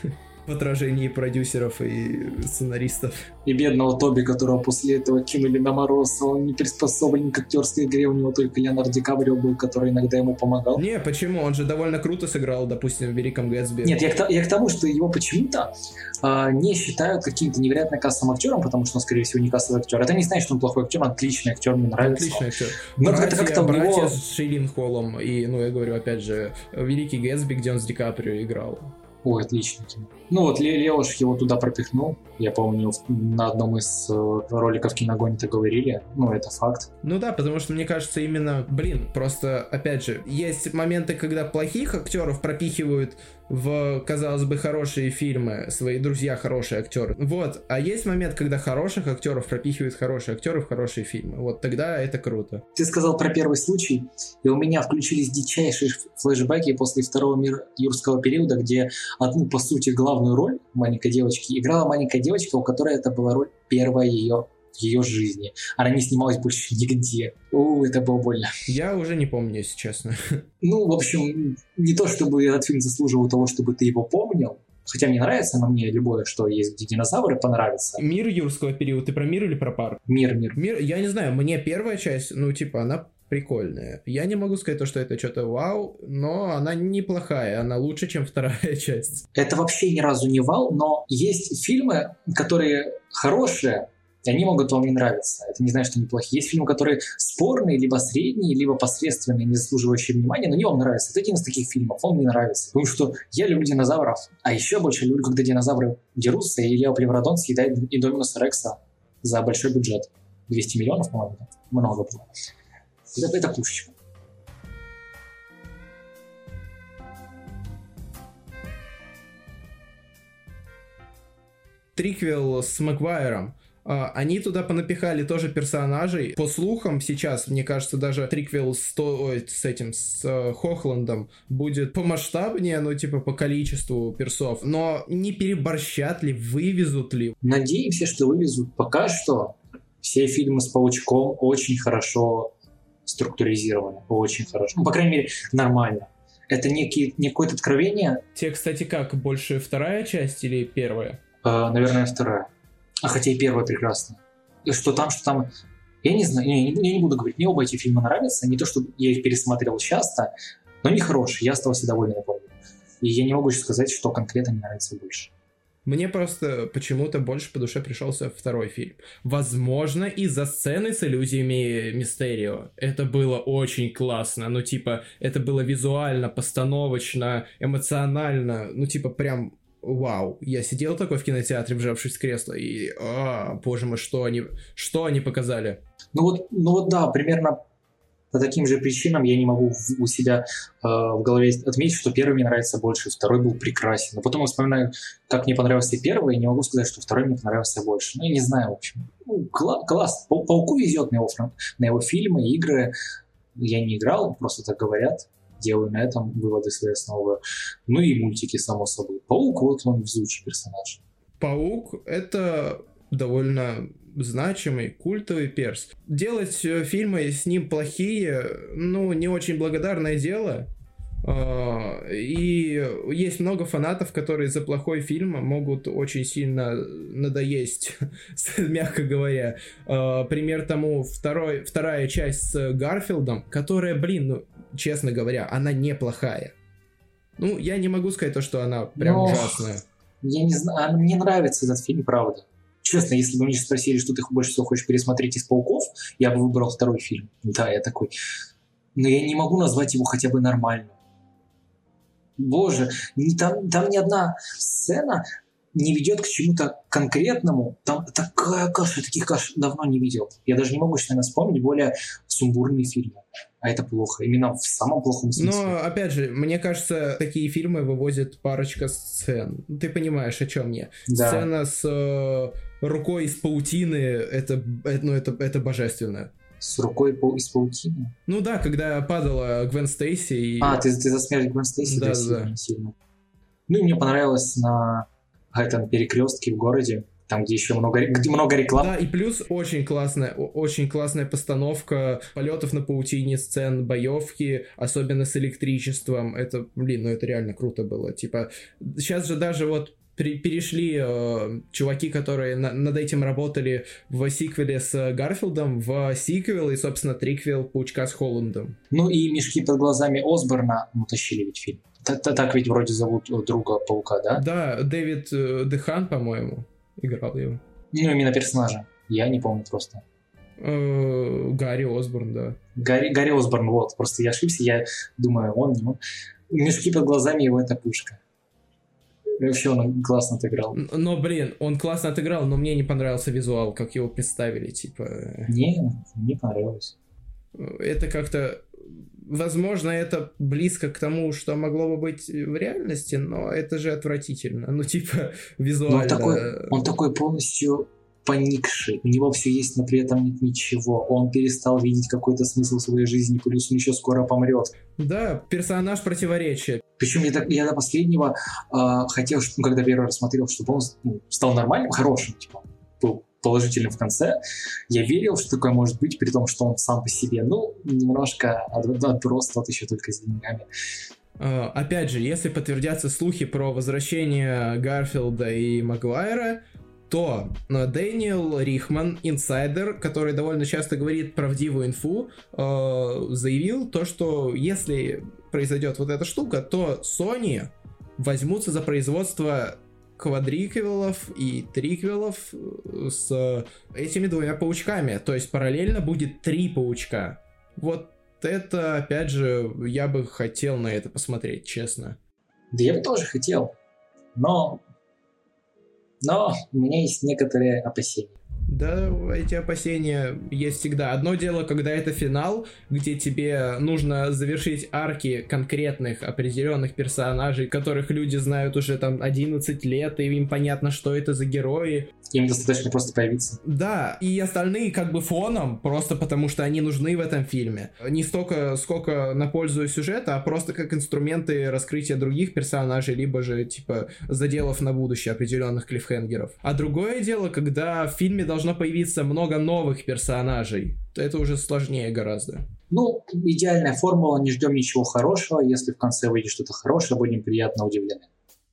В отражении продюсеров и сценаристов. И бедного Тоби, которого после этого кинули на мороз, он не приспособлен к актерской игре, у него только Леонардо Ди Каприо был, который иногда ему помогал. Не, почему? Он же довольно круто сыграл, допустим, в «Великом Гэтсби». Нет, я к, я к тому, что его почему-то а, не считают каким-то невероятно кассовым актером, потому что он, скорее всего, не кассовый актер. Это не значит, что он плохой актер, он отличный актер, мне нравится. Отличный актер. Но братья, это как-то у братья него... с Шейлин Холлом и, ну, я говорю, опять же, «Великий Гэтсби», где он с Ди Каприо играл. Ой, отлично. Ну вот Леош его туда пропихнул. Я помню, на одном из роликов Киногони-то говорили. Ну, это факт. Ну да, потому что мне кажется именно, блин, просто, опять же, есть моменты, когда плохих актеров пропихивают в, казалось бы, хорошие фильмы, свои друзья хорошие актеры. Вот, а есть момент, когда хороших актеров пропихивают хорошие актеры в хорошие фильмы. Вот тогда это круто. Ты сказал про первый случай, и у меня включились дичайшие флешбеки после второго мира юрского периода, где одну, по сути, главную роль маленькой девочки играла маленькая девочка, у которой это была роль первая ее в ее жизни. Она не снималась больше нигде. О, это было больно. Я уже не помню, если честно. Ну, в общем, не то чтобы этот фильм заслуживал того, чтобы ты его помнил, хотя мне нравится, но мне любое, что есть, где динозавры, понравится. Мир юрского периода. Ты про мир или про парк? Мир, мир. Мир, я не знаю, мне первая часть, ну, типа, она прикольная. Я не могу сказать, то, что это что-то вау, но она неплохая, она лучше, чем вторая часть. Это вообще ни разу не вау, но есть фильмы, которые хорошие, и они могут вам не нравиться. Это не значит, что они плохие. Есть фильмы, которые спорные, либо средние, либо посредственные, не заслуживающие внимания, но не вам нравятся. Это один из таких фильмов, он мне нравится. Потому что я люблю динозавров, а еще больше люблю, когда динозавры дерутся, и Лео Плевродон съедает Индоминуса Рекса за большой бюджет. двести миллионов, по-моему, много было. Это, это пушечка. Триквел с Магуайром. Они туда понапихали тоже персонажей. По слухам, сейчас, мне кажется, даже триквел с, то, ой, с этим, с э, Хохландом будет помасштабнее, ну, типа, по количеству персов. Но не переборщат ли, вывезут ли? Надеемся, что вывезут. Пока что все фильмы с Паучком очень хорошо структуризированы. Очень хорошо. Ну, по крайней мере, нормально. Это некие, не какое-то откровение. Те, кстати, как, больше вторая часть или первая? Э, наверное, вторая. А хотя и первая прекрасна. И что там, что там... Я не знаю, я не, я не буду говорить, мне оба эти фильма нравятся. Не то, чтобы я их пересмотрел часто, но они хорошие, я остался доволен, я помню. И я не могу еще сказать, что конкретно мне нравится больше. Мне просто почему-то больше по душе пришелся второй фильм. Возможно, из-за сцены с иллюзиями Мистерио. Это было очень классно. Ну, типа, это было визуально, постановочно, эмоционально. Ну, типа, прям... Вау, я сидел такой в кинотеатре, вжавшись в кресло, и, а, боже мой, что они, что они показали? Ну вот, ну вот да, примерно по таким же причинам я не могу у себя э, в голове отметить, что первый мне нравится больше, второй был прекрасен. Но потом я вспоминаю, как мне понравился первый, и не могу сказать, что второй мне понравился больше. Ну, я не знаю, в общем. Ну, кла- класс. Пауку везет на его, на его фильмы, игры. Я не играл, просто так говорят. Делаю на этом выводы свои основы. Ну и мультики, само собой. Паук, вот он везучий персонаж. Паук — это довольно значимый, культовый перс. Делать фильмы с ним плохие, ну, не очень благодарное дело. И есть много фанатов, которые за плохой фильм могут очень сильно надоесть, мягко говоря. Пример тому второй, вторая часть с Гарфилдом, которая, блин, ну, честно говоря, она неплохая. Ну, я не могу сказать то, что она прям Но... ужасная. Я не знаю, мне нравится этот фильм, правда. Честно, если бы меня спросили, что ты больше всего хочешь пересмотреть из Пауков, я бы выбрал второй фильм. Да, я такой. Но я не могу назвать его хотя бы нормальным. Боже, не, там, там ни одна сцена не ведет к чему-то конкретному. Там такая каша, таких каш давно не видел. Я даже не могу, наверное, вспомнить более сумбурные фильмы. А это плохо. Именно в самом плохом смысле. Но, опять же, мне кажется, такие фильмы вывозят парочка сцен. Ты понимаешь, о чем я. Да. Сцена с э, рукой из паутины, это, это, ну, это, это божественно. С рукой из паутины? Ну да, когда падала Гвен Стейси. И... А, ты, ты за смерть Гвен Стейси? Да, да, да. Сильно, сильно. Ну и мне понравилось на этом перекрестке в городе, там, где еще много, где много реклам. Да, и плюс очень классная, очень классная постановка полетов на паутине, сцен боевки, особенно с электричеством. Это, блин, ну это реально круто было. Типа, сейчас же даже вот при- перешли э, чуваки, которые на- над этим работали в сиквеле с Гарфилдом, в сиквел и, собственно, триквел Паучка с Холландом. Ну и «Мешки под глазами» Осборна утащили ведь фильм. Так ведь вроде зовут друга Паука, да? Да, Дэвид э, Дехан, по-моему, играл его. Ну, именно персонажа. Я не помню просто. Э, Гарри Осборн, да. Гарри, Гарри Осборн, вот. Просто я ошибся, я думаю, он не он. «Мешки под глазами» его это пушка. И вообще он классно отыграл. Но, блин, он классно отыграл, но мне не понравился визуал, как его представили, типа... Не, не понравилось. Это как-то... Возможно, это близко к тому, что могло бы быть в реальности, но это же отвратительно. Ну, типа, визуально... Он такой, он такой полностью поникший. У него все есть, но при этом нет ничего. Он перестал видеть какой-то смысл в своей жизни, плюс он еще скоро помрет. Да, персонаж противоречия. Причем я, я до последнего э, хотел, ну, когда первый раз смотрел, чтобы он ну, стал нормальным, хорошим, типа, был положительным в конце. Я верил, что такое может быть, при том, что он сам по себе, ну, немножко отброс, тот еще только с деньгами. Uh, опять же, если подтвердятся слухи про возвращение Гарфилда и Магуайра, то Дэниел Рихман, инсайдер, который довольно часто говорит правдивую инфу, uh, заявил то, что если произойдет вот эта штука, то Sony возьмутся за производство квадриквелов и триквелов с этими двумя паучками. То есть параллельно будет три паучка. Вот это, опять же, я бы хотел на это посмотреть, честно. Да я бы тоже хотел. Но... Но у меня есть некоторые опасения. Да, эти опасения есть всегда. Одно дело, когда это финал, где тебе нужно завершить арки конкретных определенных персонажей, которых люди знают уже там одиннадцать лет, и им понятно, что это за герои. Им достаточно просто появиться. Да, и остальные как бы фоном, просто потому что они нужны в этом фильме. Не столько, сколько на пользу сюжета, а просто как инструменты раскрытия других персонажей, либо же, типа, заделов на будущее определенных клиффхенгеров. А другое дело, когда в фильме должно появиться много новых персонажей. Это уже сложнее гораздо. Ну, идеальная формула, не ждем ничего хорошего. Если в конце выйдет что-то хорошее, будем приятно удивлены.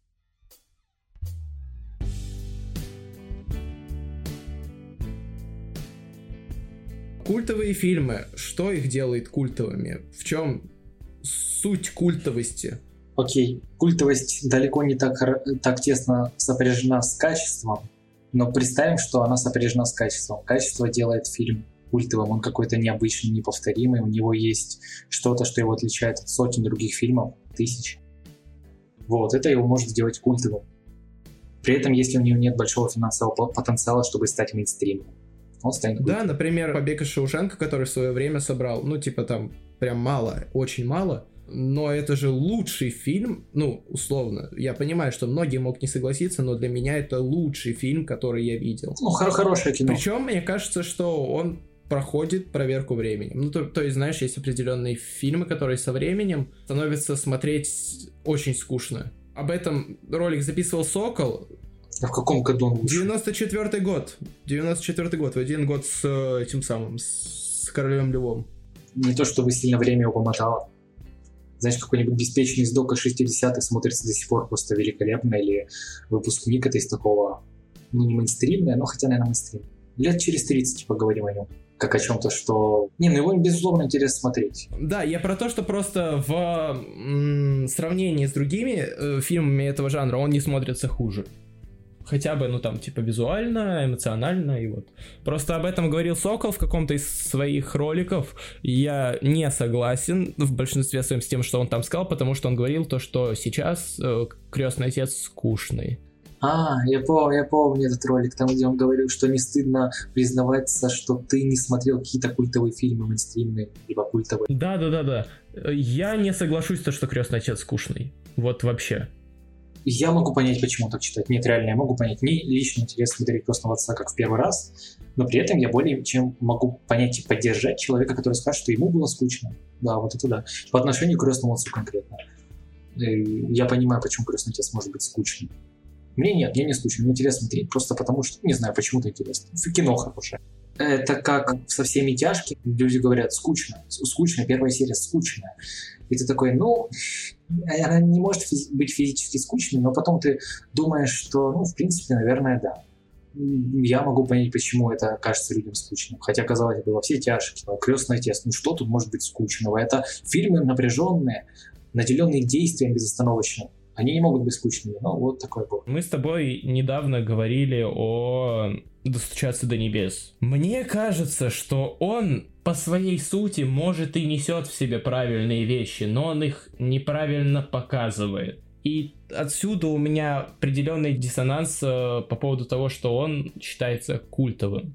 Культовые фильмы. Что их делает культовыми? В чем суть культовости? Окей, культовость далеко не так, так тесно сопряжена с качеством, но представим, что она сопряжена с качеством. Качество делает фильм культовым, он какой-то необычный, неповторимый, у него есть что-то, что его отличает от сотен других фильмов, тысяч. Вот, это его может сделать культовым. При этом, если у него нет большого финансового потенциала, чтобы стать мейнстримом, он станет культовым. Да, например, «Побег из Шоушенка», который в свое время собрал, ну, типа там прям мало, очень мало, но это же лучший фильм, ну, условно. Я понимаю, что многие могут не согласиться, но для меня это лучший фильм, который я видел. Ну, хор- хорошее кино. Причем, мне кажется, что он проходит проверку временем. Ну, то, то есть, знаешь, есть определенные фильмы, которые со временем становятся смотреть очень скучно. Об этом ролик записывал Сокол. А в каком году он вышел? девяносто четвёртый год. девяносто четвёртый год. В один год с этим самым, с Королем Львом. Не то, чтобы сильно время его помотало. Знаешь, какой-нибудь беспечный из дока шестидесятых смотрится до сих пор просто великолепно, или выпускник это из такого, ну, не мейнстримное, но хотя, наверное, мейнстрим. Лет через тридцать поговорим о нем. Как о чем-то, что... Не, ну его, безусловно, интересно смотреть. Да, я про то, что просто в м- сравнении с другими э, фильмами этого жанра он не смотрится хуже. Хотя бы, ну там, типа, визуально, эмоционально, и вот. Просто об этом говорил Сокол в каком-то из своих роликов. Я не согласен в большинстве своем с тем, что он там сказал, потому что он говорил то, что сейчас э, «Крестный отец» скучный. А, я помню, я помню этот ролик, там, где он говорил, что не стыдно признаваться, что ты не смотрел какие-то культовые фильмы, мейнстримные, либо культовые. Да-да-да-да. Я не соглашусь, то, что «Крестный отец» скучный. Вот вообще. Я могу понять, почему он так читает. Нет, реально, я могу понять. Мне лично интересно смотреть «Крестного отца» как в первый раз, но при этом я более чем могу понять и поддержать человека, который скажет, что ему было скучно. Да, вот это да. По отношению к «Крестному отцу» конкретно. Я понимаю, почему «Крестный отец» может быть скучным. Мне нет, мне не скучно, мне интересно смотреть, просто потому что, не знаю, почему-то интересно. Кино хорошее. Это как со всеми тяжкими. Люди говорят, скучно. Скучно, первая серия скучная. И ты такой, ну, она не может физи- быть физически скучной, но потом ты думаешь, что, ну, в принципе, наверное, да. Я могу понять, почему это кажется людям скучным. Хотя, казалось бы, во все тяжкие, «Крестный отец», ну что тут может быть скучного? Это фильмы напряженные, наделенные действием безостановочным. Они не могут быть скучными, но вот такое было. Мы с тобой недавно говорили о «Достучаться до небес». Мне кажется, что он по своей сути может и несет в себе правильные вещи, но он их неправильно показывает. И отсюда у меня определенный диссонанс э, по поводу того, что он считается культовым.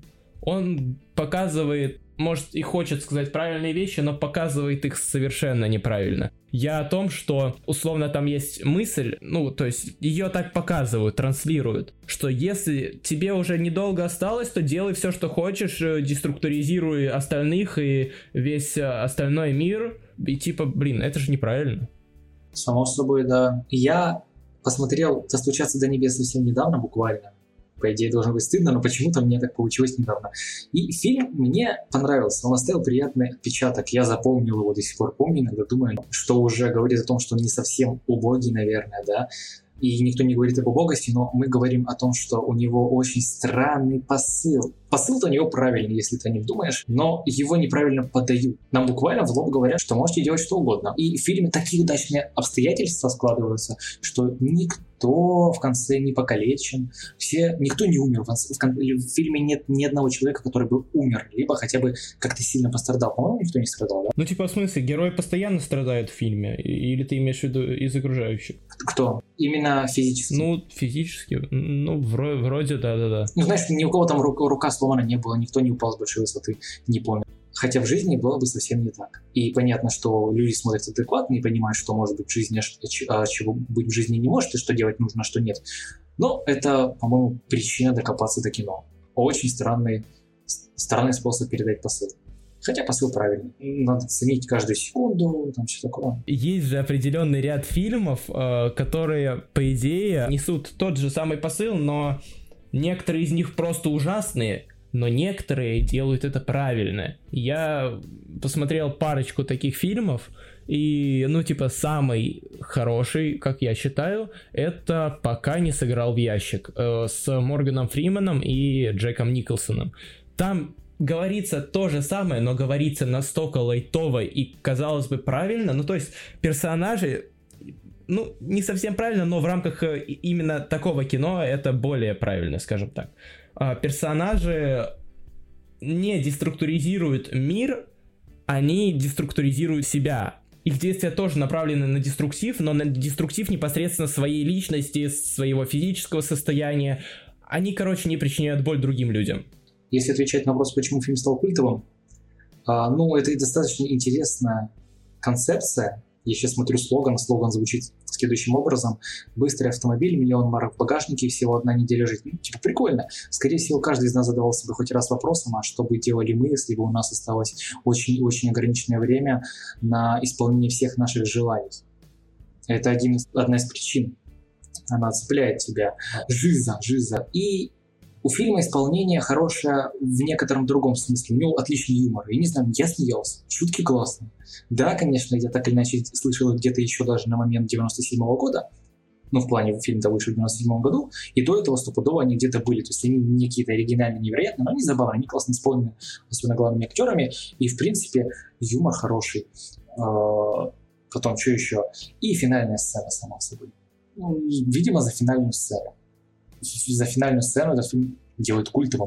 Он показывает, может и хочет сказать правильные вещи, но показывает их совершенно неправильно. Я о том, что условно там есть мысль, ну то есть ее так показывают, транслируют, что если тебе уже недолго осталось, то делай все, что хочешь, деструктуризируй остальных и весь остальной мир, и типа, блин, это же неправильно. Само собой, да. Я посмотрел «Достучаться до небес» совсем недавно, буквально. По идее, должно быть стыдно, но почему-то мне так получилось недавно. И фильм мне понравился, он оставил приятный отпечаток. Я запомнил его, до сих пор помню, иногда думаю, что уже говорит о том, что он не совсем убогий, наверное, да. И никто не говорит об убогости, но мы говорим о том, что у него очень странный посыл. Посыл-то у него правильный, если ты о нем думаешь, но его неправильно подают. Нам буквально в лоб говорят, что можете делать что угодно. И в фильме такие удачные обстоятельства складываются, что никто в конце не покалечен, все, никто не умер. В, в, в фильме нет ни одного человека, который бы умер, либо хотя бы как-то сильно пострадал. По-моему, никто не страдал, да? Ну типа в смысле, герои постоянно страдают в фильме? Или ты имеешь в виду из окружающих? Кто? Именно физически? Ну, физически, ну, вроде, вроде да-да-да. Ну, знаешь, ни у кого там рука, рука сломана не было, никто не упал с большой высоты, не помню. Хотя в жизни было бы совсем не так. И понятно, что люди смотрят адекватно и понимают, что может быть в жизни, а чего быть в жизни не может, и что делать нужно, а что нет. Но это, по-моему, причина докопаться до кино. Очень странный, странный способ передать посыл. Хотя посыл правильный. Надо ценить каждую секунду, там все такое. Есть же определенный ряд фильмов, которые, по идее, несут тот же самый посыл, но некоторые из них просто ужасные, но некоторые делают это правильно. Я посмотрел парочку таких фильмов, и, ну, типа, самый хороший, как я считаю, это «Пока не сыграл в ящик» с Морганом Фрименом и Джеком Николсоном. Там говорится то же самое, но говорится настолько лайтово и, казалось бы, правильно. Ну, то есть, персонажи, ну, не совсем правильно, но в рамках именно такого кино это более правильно, скажем так. Персонажи не деструктуризируют мир, они деструктуризируют себя. Их действия тоже направлены на деструктив, но на деструктив непосредственно своей личности, своего физического состояния. Они, короче, не причиняют боль другим людям. Если отвечать на вопрос, почему фильм стал культовым, а, ну, это достаточно интересная концепция. Я сейчас смотрю слоган, слоган звучит следующим образом. Быстрый автомобиль, миллион марок в багажнике, всего одна неделя жизни. Ну, типа, прикольно. Скорее всего, каждый из нас задавался бы хоть раз вопросом, а что бы делали мы, если бы у нас осталось очень-очень ограниченное время на исполнение всех наших желаний. Это один из, одна из причин. Она цепляет тебя. Жиза, жиза. И у фильма исполнение хорошее в некотором другом смысле. У него отличный юмор. Я не знаю, я смеялся. Шутки классные. Да, конечно, я так или иначе слышал где-то еще даже на момент девяносто седьмого года. Ну, в плане фильм-то вышел в девяносто седьмом году. И до этого стопудово они где-то были. То есть они не какие-то оригинальные, невероятные, но они забавные, они классно исполнены, особенно главными актерами. И, в принципе, юмор хороший. Потом, что еще? И финальная сцена, сама собой. Ну, видимо, за финальную сцену. За финальную сцену этот фильм делает культовым.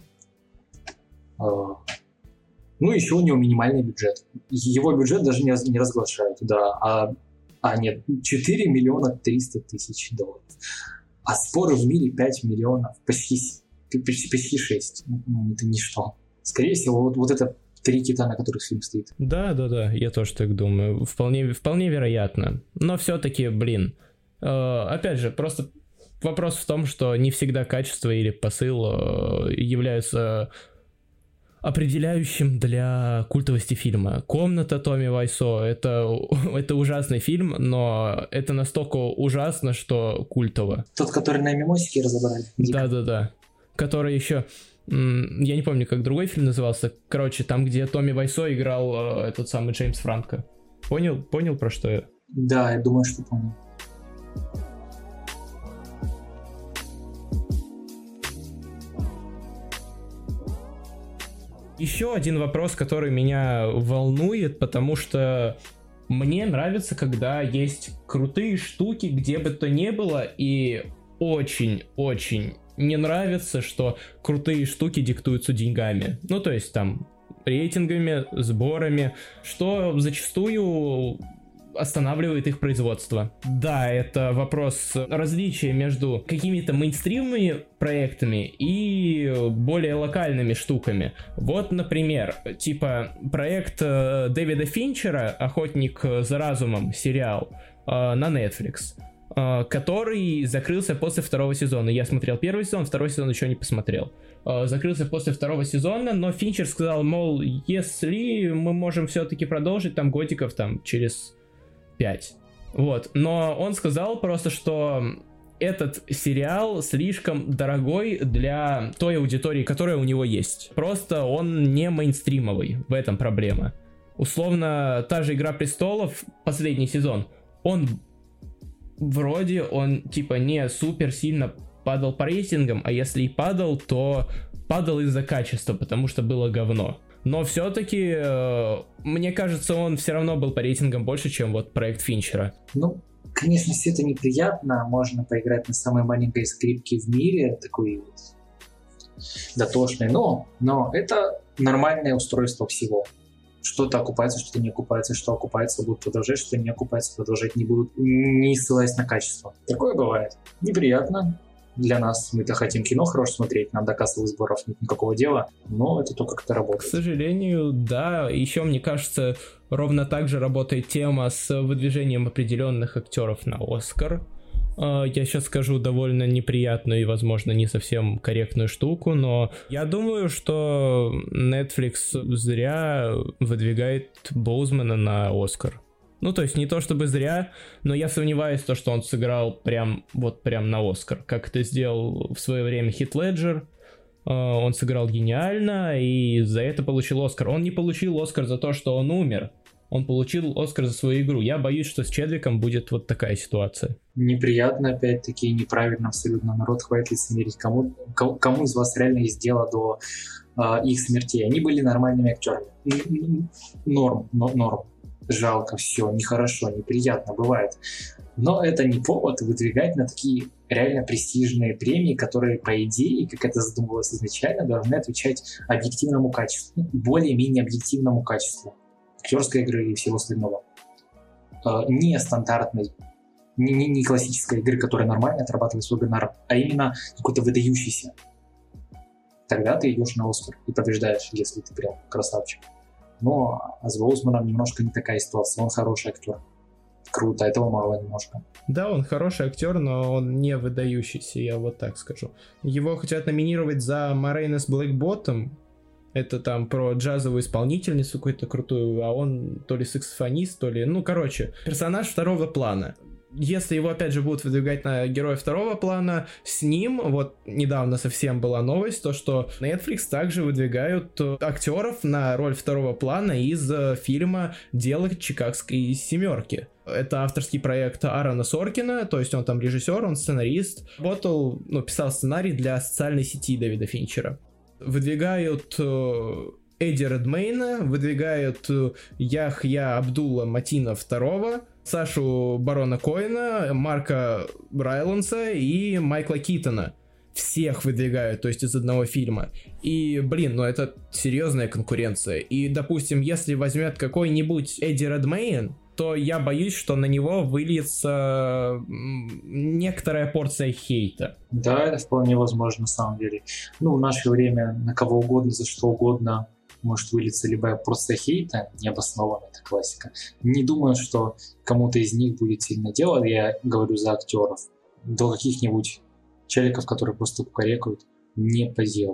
Ну, еще у него минимальный бюджет. Его бюджет даже не, не разглашают, да. А, а нет, четыре миллиона триста тысяч долларов. А споры в мире пять миллионов, почти, почти, почти шесть. Ну, это ничто. Скорее всего, вот, вот это три кита, на которых фильм стоит. Да, да, да, я тоже так думаю. Вполне, вполне вероятно. Но все-таки, блин, э, опять же, просто вопрос в том, что не всегда качество или посыл э, являются определяющим для культовости фильма. «Комната» Томми Вайсо — это, это ужасный фильм, но это настолько ужасно, что культово. Тот, который на мимосике разобрали. Да-да-да. Который еще м, я не помню, как другой фильм назывался. Короче, там, где Томми Вайсо играл э, этот самый Джеймс Франко. Понял? Понял, про что я? Да, я думаю, что помню. Еще один вопрос, который меня волнует, потому что мне нравится, когда есть крутые штуки, где бы то ни было, и очень-очень не нравится, что крутые штуки диктуются деньгами. Ну, то есть там рейтингами, сборами, что зачастую останавливает их производство. Да, это вопрос различия между какими-то мейнстримными проектами и более локальными штуками. Вот, например, типа проект э, Дэвида Финчера «Охотник за разумом», сериал э, на Netflix, э, который закрылся после второго сезона. Я смотрел первый сезон, второй сезон еще не посмотрел. Э, закрылся после второго сезона, но Финчер сказал, мол, если мы можем все-таки продолжить там годиков там через пять. Вот. Но он сказал просто, что этот сериал слишком дорогой для той аудитории, которая у него есть. Просто он не мейнстримовый. В этом проблема. Условно, та же «Игра престолов», последний сезон, он вроде, он типа не супер сильно падал по рейтингам, а если и падал, то падал из-за качества, потому что было говно. Но все-таки, э, мне кажется, он все равно был по рейтингам больше, чем вот проект Финчера. Ну, конечно, все это неприятно. Можно поиграть на самой маленькой скрипке в мире, такой вот дотошной, но, но это нормальное устройство всего. Что-то окупается, что-то не окупается, что окупается будут продолжать, что не окупается продолжать не будут, не ссылаясь на качество. Такое бывает. Неприятно. Для нас мы-то хотим кино хорошо смотреть, нам до кассовых сборов нет никакого дела, но это то, как это работает. К сожалению, да. Еще, мне кажется, ровно так же работает тема с выдвижением определенных актеров на Оскар. Я сейчас скажу довольно неприятную и, возможно, не совсем корректную штуку, но я думаю, что Netflix зря выдвигает Боузмана на Оскар. Ну, то есть не то чтобы зря, но я сомневаюсь в том, что он сыграл прям вот прям на Оскар, как это сделал в свое время Хит Леджер. Он сыграл гениально и за это получил Оскар. Он не получил Оскар за то, что он умер. Он получил Оскар за свою игру. Я боюсь, что с Чедвиком будет вот такая ситуация. Неприятно, опять-таки, неправильно абсолютно. Народ, хватит лицемерить. Кому, кому из вас реально есть дело до э, их смертей? Они были нормальными актерами. Норм, но, норм. Жалко, все, нехорошо, неприятно, бывает. Но это не повод выдвигать на такие реально престижные премии, которые, по идее, как это задумывалось изначально, должны отвечать объективному качеству, более-менее объективному качеству актерской игры и всего остального. Не стандартной, не, не, не классической игры, которая нормально отрабатывает свой гонорар, а именно какой-то выдающийся. Тогда ты идешь на Оскар и побеждаешь, если ты прям красавчик. Но с Боузманом немножко не такая ситуация. Он хороший актер. Круто, этого мало немножко. Да, он хороший актер, но он не выдающийся, я вот так скажу. Его хотят номинировать за Морейнес Блэкботтом. Это там про джазовую исполнительницу какую-то крутую, а он то ли саксофонист, то ли... Ну, короче, персонаж второго плана. Если его, опять же, будут выдвигать на героя второго плана, с ним, вот недавно совсем была новость, то, что Netflix также выдвигают актеров на роль второго плана из фильма «Дело Чикагской семерки». Это авторский проект Аарона Соркина, то есть он там режиссер, он сценарист, работал, ну, писал сценарий для социальной сети Дэвида Финчера. Выдвигают Эдди Редмейна, выдвигают Яхья Абдулла Матина второго, Сашу Барона Коэна, Марка Райланса и Майкла Китона. Всех выдвигают, то есть из одного фильма. И, блин, ну это серьезная конкуренция. И, допустим, если возьмет какой-нибудь Эдди Редмейн, то я боюсь, что на него выльется некоторая порция хейта. Да, это вполне возможно на самом деле. Ну, в наше время на кого угодно, за что угодно может вылиться любая порция хейта, необоснованная, это классика. Не думаю, что кому-то из них будет сильно дело, я говорю за актеров, до каких-нибудь челиков, которые просто кукарекают не по делу.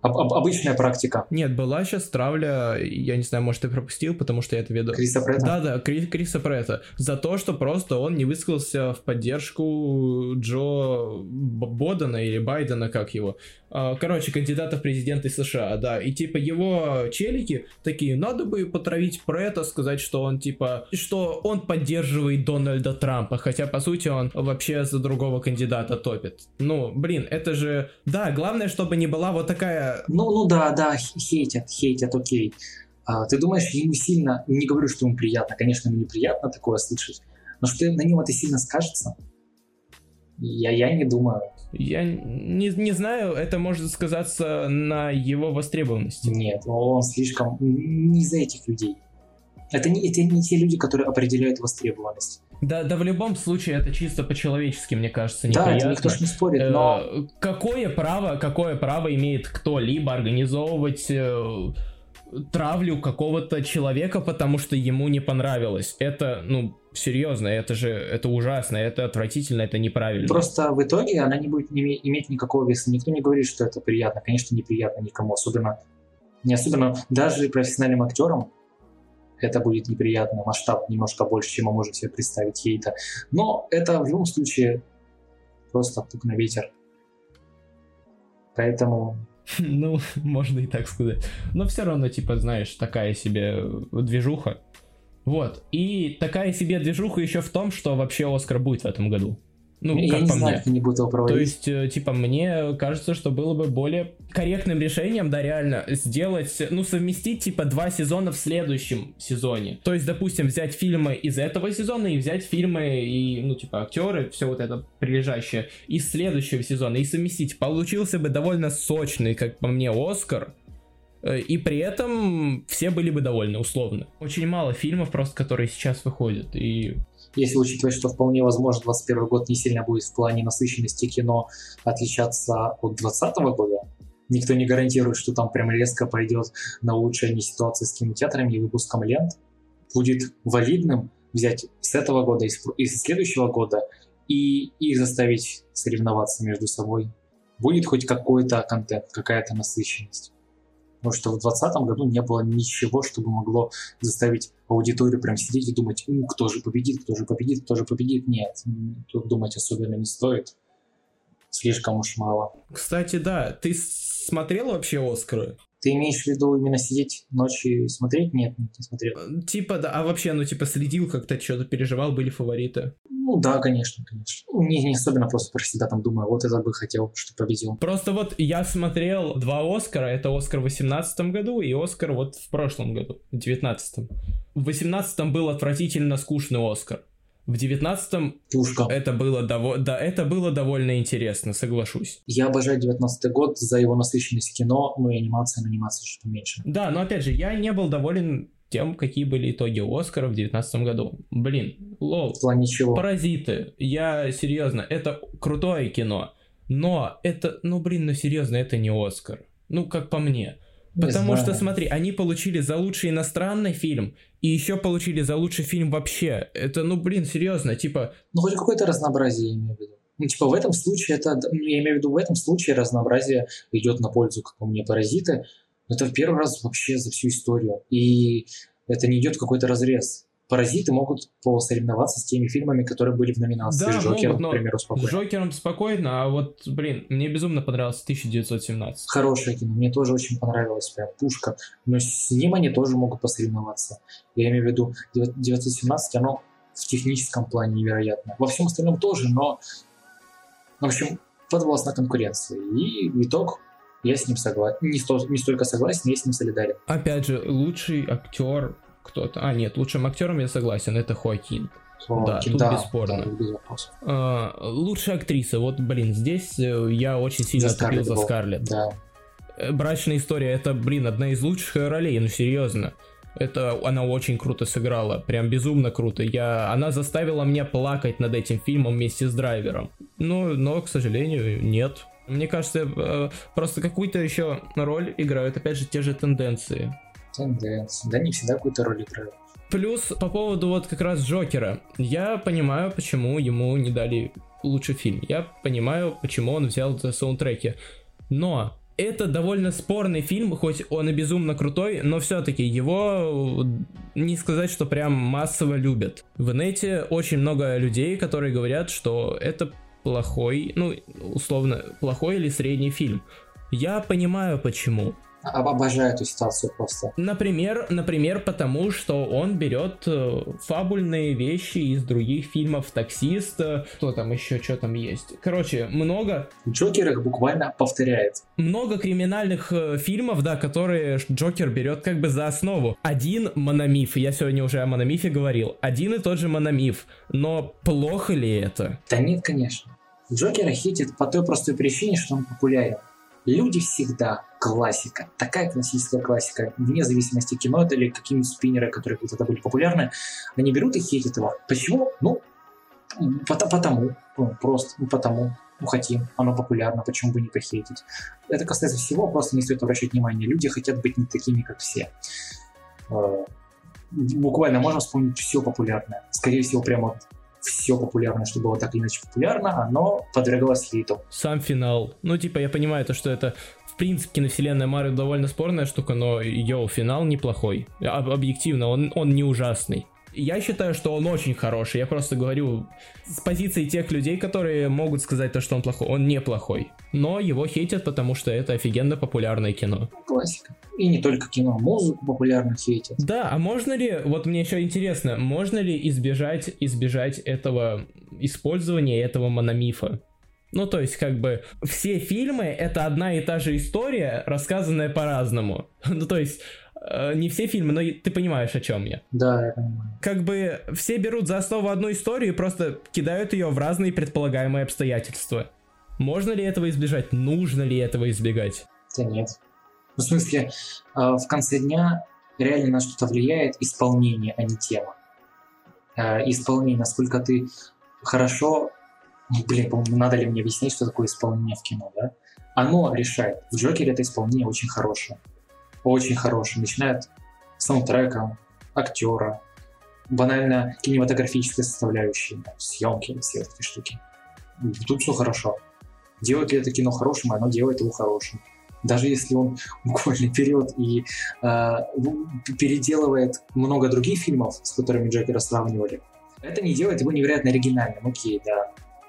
Об- об- обычная практика. Нет, была сейчас травля, я не знаю, может, ты пропустил, потому что я это видел. Криса Претта? Да-да, Кри- Криса Претта. За то, что просто он не высказался в поддержку Джо Б- Бодена или Байдена, как его. А, Короче, кандидата в президенты США, да. И типа его челики такие, надо бы потравить Претта, сказать, что он типа, что он поддерживает Дональда Трампа, хотя по сути он вообще за другого кандидата топит. Ну, блин, это же... Да, главное, чтобы не была вот такая... Ну, ну да, да, х- хейтят, хейтят, окей. А, ты думаешь, ему сильно, не говорю, что ему приятно, конечно, ему неприятно такое слышать, но что на нем это сильно скажется? Я, я не думаю. Я не, не знаю, это может сказаться на его востребованности. Нет, он слишком не из-за этих людей. Это не, это не те люди, которые определяют востребованность. Да, да, в любом случае это чисто по-человечески, мне кажется, Да, неприятно. это никто ж не спорит, но... Э, Какое право, какое право имеет кто-либо организовывать э, травлю какого-то человека, потому что ему не понравилось? Это, ну, серьезно, это же, это ужасно, это отвратительно, это неправильно. Просто в итоге она не будет име- иметь никакого веса. Никто не говорит, что это приятно. Конечно, неприятно никому. Особенно, не особенно даже профессиональным актерам это будет неприятно. Масштаб немножко больше, чем мы можем себе представить хейта. Но это в любом случае просто пук на ветер. Поэтому... Ну, можно и так сказать. Но все равно, типа, знаешь, такая себе движуха. Вот. И такая себе движуха еще в том, что вообще Оскар будет в этом году. Ну, я как не по знаю, мне. как они будут его проводить. То есть, э, типа, мне кажется, что было бы более корректным решением, да, реально, сделать, ну, совместить, типа, два сезона в следующем сезоне. То есть, допустим, взять фильмы из этого сезона и взять фильмы и, ну, типа, актеры, все вот это прилежащее, из следующего сезона и совместить. Получился бы довольно сочный, как по мне, Оскар. э, И при этом все были бы довольны, условно. Очень мало фильмов просто, которые сейчас выходят. И Если учитывать, что вполне возможно двадцать первый год не сильно будет в плане насыщенности кино отличаться от двадцатого года, никто не гарантирует, что там прям резко пойдет на улучшение ситуации с кинотеатрами и выпуском лент. Будет валидным взять с этого года и с и со следующего года и их заставить соревноваться между собой. Будет хоть какой-то контент, какая-то насыщенность. Потому что в двадцатом году не было ничего, чтобы могло заставить аудиторию прям сидеть и думать, ну, кто же победит, кто же победит, кто же победит. Нет, тут думать особенно не стоит. Слишком уж мало. Кстати, да, ты смотрел вообще Оскары? Ты имеешь в виду именно сидеть ночью и смотреть? Нет, нет, не смотрел. Типа, да, а вообще, ну, типа, следил как-то, что-то переживал, были фавориты? Ну да, конечно, конечно. Ну, Не, не особенно просто про себя там думаю, вот этот бы хотел, что победил. Просто вот я смотрел два Оскара, это Оскар в восемнадцатом году и Оскар вот в прошлом году, в девятнадцатом. В восемнадцатом был отвратительно скучный Оскар. В девятнадцатом Пушка. это было, дово- да, это было довольно интересно, соглашусь. Я обожаю девятнадцатый год за его насыщенность кино, ну и анимация, но анимация чуть поменьше. Да, но опять же, я не был доволен тем, какие были итоги Оскара в девятнадцатом году. Блин, лол. В плане чего? Паразиты. Я серьезно, это крутое кино. Но это, ну блин, ну серьезно, это не Оскар. Ну, как по мне. Не Потому знаю. что, смотри, они получили за лучший иностранный фильм и еще получили за лучший фильм вообще. Это, ну блин, серьезно, типа... Ну, хоть какое-то разнообразие, я имею в виду. Ну, типа, в этом случае, это, ну, я имею в виду, в этом случае разнообразие идет на пользу, как по мне, «Паразиты». Это в первый раз вообще за всю историю. И это не идет в какой-то разрез. «Паразиты» могут посоревноваться с теми фильмами, которые были в номинации. Да, с «Джокером», могут, но к примеру, с спокойно. Джокером спокойно, а вот, блин, мне безумно понравился тысяча девятьсот семнадцать. Хорошее кино, мне тоже очень понравилось, прям пушка. Но с ним они тоже могут посоревноваться. Я имею в виду, девятьсот семнадцать, оно в техническом плане невероятно. Во всем остальном тоже, но, в общем, подвластна конкуренции. И итог, я с ним согласен. Не, сто, не столько согласен, я с ним солидарен. Опять же, лучший актер кто-то... А, нет, лучшим актером я согласен, это Хоакин. Да, Очень, тут да, бесспорно. да, без вопросов. А, лучшая актриса, вот, блин, здесь э, я очень сильно За топил Скарлетт за был. Скарлетт. Да. Э, Брачная история, это, блин, одна из лучших ее ролей, ну серьезно. Это она очень круто сыграла, прям безумно круто. Я, она заставила меня плакать над этим фильмом вместе с Драйвером. Ну, но, к сожалению, нет. Мне кажется, э, просто какую-то еще роль играют, опять же, те же тенденции. Тенденция. Да не всегда какую-то роль играют. Плюс по поводу вот как раз Джокера. Я понимаю, почему ему не дали лучший фильм. Я понимаю, почему он взял за саундтреки. Но Это довольно спорный фильм, хоть он и безумно крутой, но все-таки его не сказать, что прям массово любят. В инете очень много людей, которые говорят, что это плохой, ну, условно, плохой или средний фильм. Я понимаю, почему. Обожаю эту ситуацию просто. Например, например, потому что он берет э, фабульные вещи из других фильмов. «Таксист», э, что там еще, что там есть. Короче, много... Джокер их буквально повторяет. Много криминальных э, фильмов, да, которые Джокер берет как бы за основу. Один мономиф, я сегодня уже о мономифе говорил. Один и тот же мономиф. Но плохо ли это? Да нет, конечно. Джокера хейтят по той простой причине, что он популярен. Люди всегда классика, такая классическая классика, вне зависимости кино это или какие-нибудь спиннеры, которые когда-то были популярны, они берут и хейтят его. Почему? Ну, потому, потому ну, просто, ну, потому, ну, хотим, оно популярно, почему бы не похейтить. Это касается всего, просто не стоит обращать внимание. Люди хотят быть не такими, как все. Буквально можно вспомнить все популярное. Скорее всего, прямо все популярное, что было так или иначе популярно, оно подвергалось хейту. Сам финал. Ну, типа, я понимаю то, что это, в принципе, киновселенная Марвел довольно спорная штука, но, йоу, финал неплохой. Об- объективно, он, он не ужасный. Я считаю, что он очень хороший. Я просто говорю с позиции тех людей, которые могут сказать то, что он плохой. Он неплохой. Но его хейтят, потому что это офигенно популярное кино. Классика. И не только кино, музыку популярно хейтят. Да, а можно ли, вот мне еще интересно, можно ли избежать, избежать этого использования этого мономифа? Ну, то есть, как бы, все фильмы — это одна и та же история, рассказанная по-разному. Ну, то есть, э, не все фильмы, но ты понимаешь, о чем я. Да, я понимаю. Как бы, все берут за основу одну историю и просто кидают ее в разные предполагаемые обстоятельства. Можно ли этого избежать? Нужно ли этого избегать? Да нет. В смысле, в конце дня реально на что-то влияет исполнение, а не тема. Исполнение, насколько ты хорошо... Блин, по-моему, надо ли мне объяснять, что такое исполнение в кино, да? Оно решает. В Джокере это исполнение очень хорошее. Очень хорошее. Начинает с саундтрека, актера, банально кинематографической составляющей, съемки, все эти штуки. Тут все хорошо. Делает ли это кино хорошим, оно делает его хорошим. Даже если он буквально берет и э, переделывает много других фильмов, с которыми Джокера сравнивали, это не делает его невероятно оригинальным. Окей, да.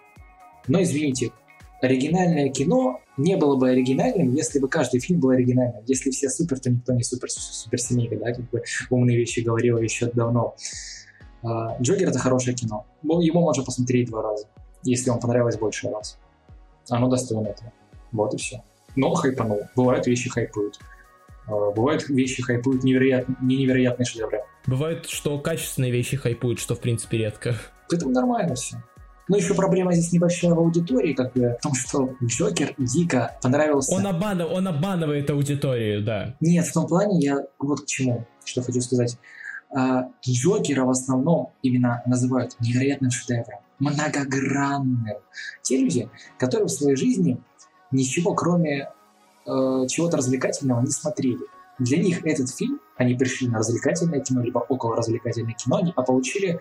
Но извините, оригинальное кино не было бы оригинальным, если бы каждый фильм был оригинальным. Если все супер, то никто не супер, суперсемейка, да, как бы умные вещи говорила еще давно. Э, Джокер — это хорошее кино. Его можно посмотреть два раза, если вам понравилось больше раз. Оно достойно этого. Вот и все. Но хайпанул. Бывают вещи хайпуют. Бывают вещи хайпуют невероятно, не невероятные шедевры. Бывает, что качественные вещи хайпуют, что в принципе редко. Поэтому нормально все. Но еще проблема здесь небольшая в аудитории, как бы, в том, что Джокер дико понравился. Он, обманыв... Он обманывает аудиторию, да. Нет, в том плане я вот к чему, что хочу сказать. Джокера в основном именно называют невероятным шедевром, многогранным. Те люди, которые в своей жизни ничего, кроме э, чего-то развлекательного, не смотрели. Для них этот фильм, они пришли на развлекательное кино, либо около развлекательное кино, а получили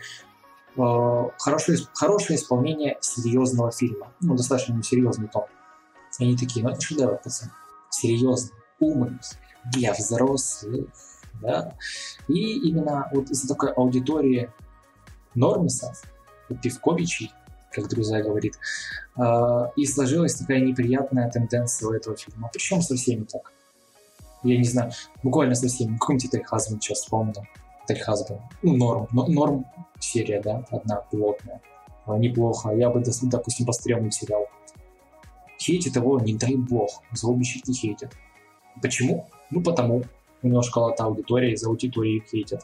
э, хорошее, хорошее исполнение серьезного фильма. Ну, достаточно серьезный тон. И они такие, ну это шедевр, пацан. Серьезный, умный, для взрослых. Да? И именно вот из-за такой аудитории нормисов, пивковичей, как друзья говорит, э, и сложилась такая неприятная тенденция у этого фильма. Причем со всеми так. Я не знаю, буквально со всеми. Какой-нибудь Этель Хазбин сейчас вспомнил. Этель Хазбин. Ну, норм. Но, норм серия, да, одна пилотная. А, неплохо. Я бы, допустим, посмотрел сериал. Хейтит его, не дай бог. Злобищик не хейтит. Почему? Ну, потому. У него шкала-то аудитория, из аудитории хейтят.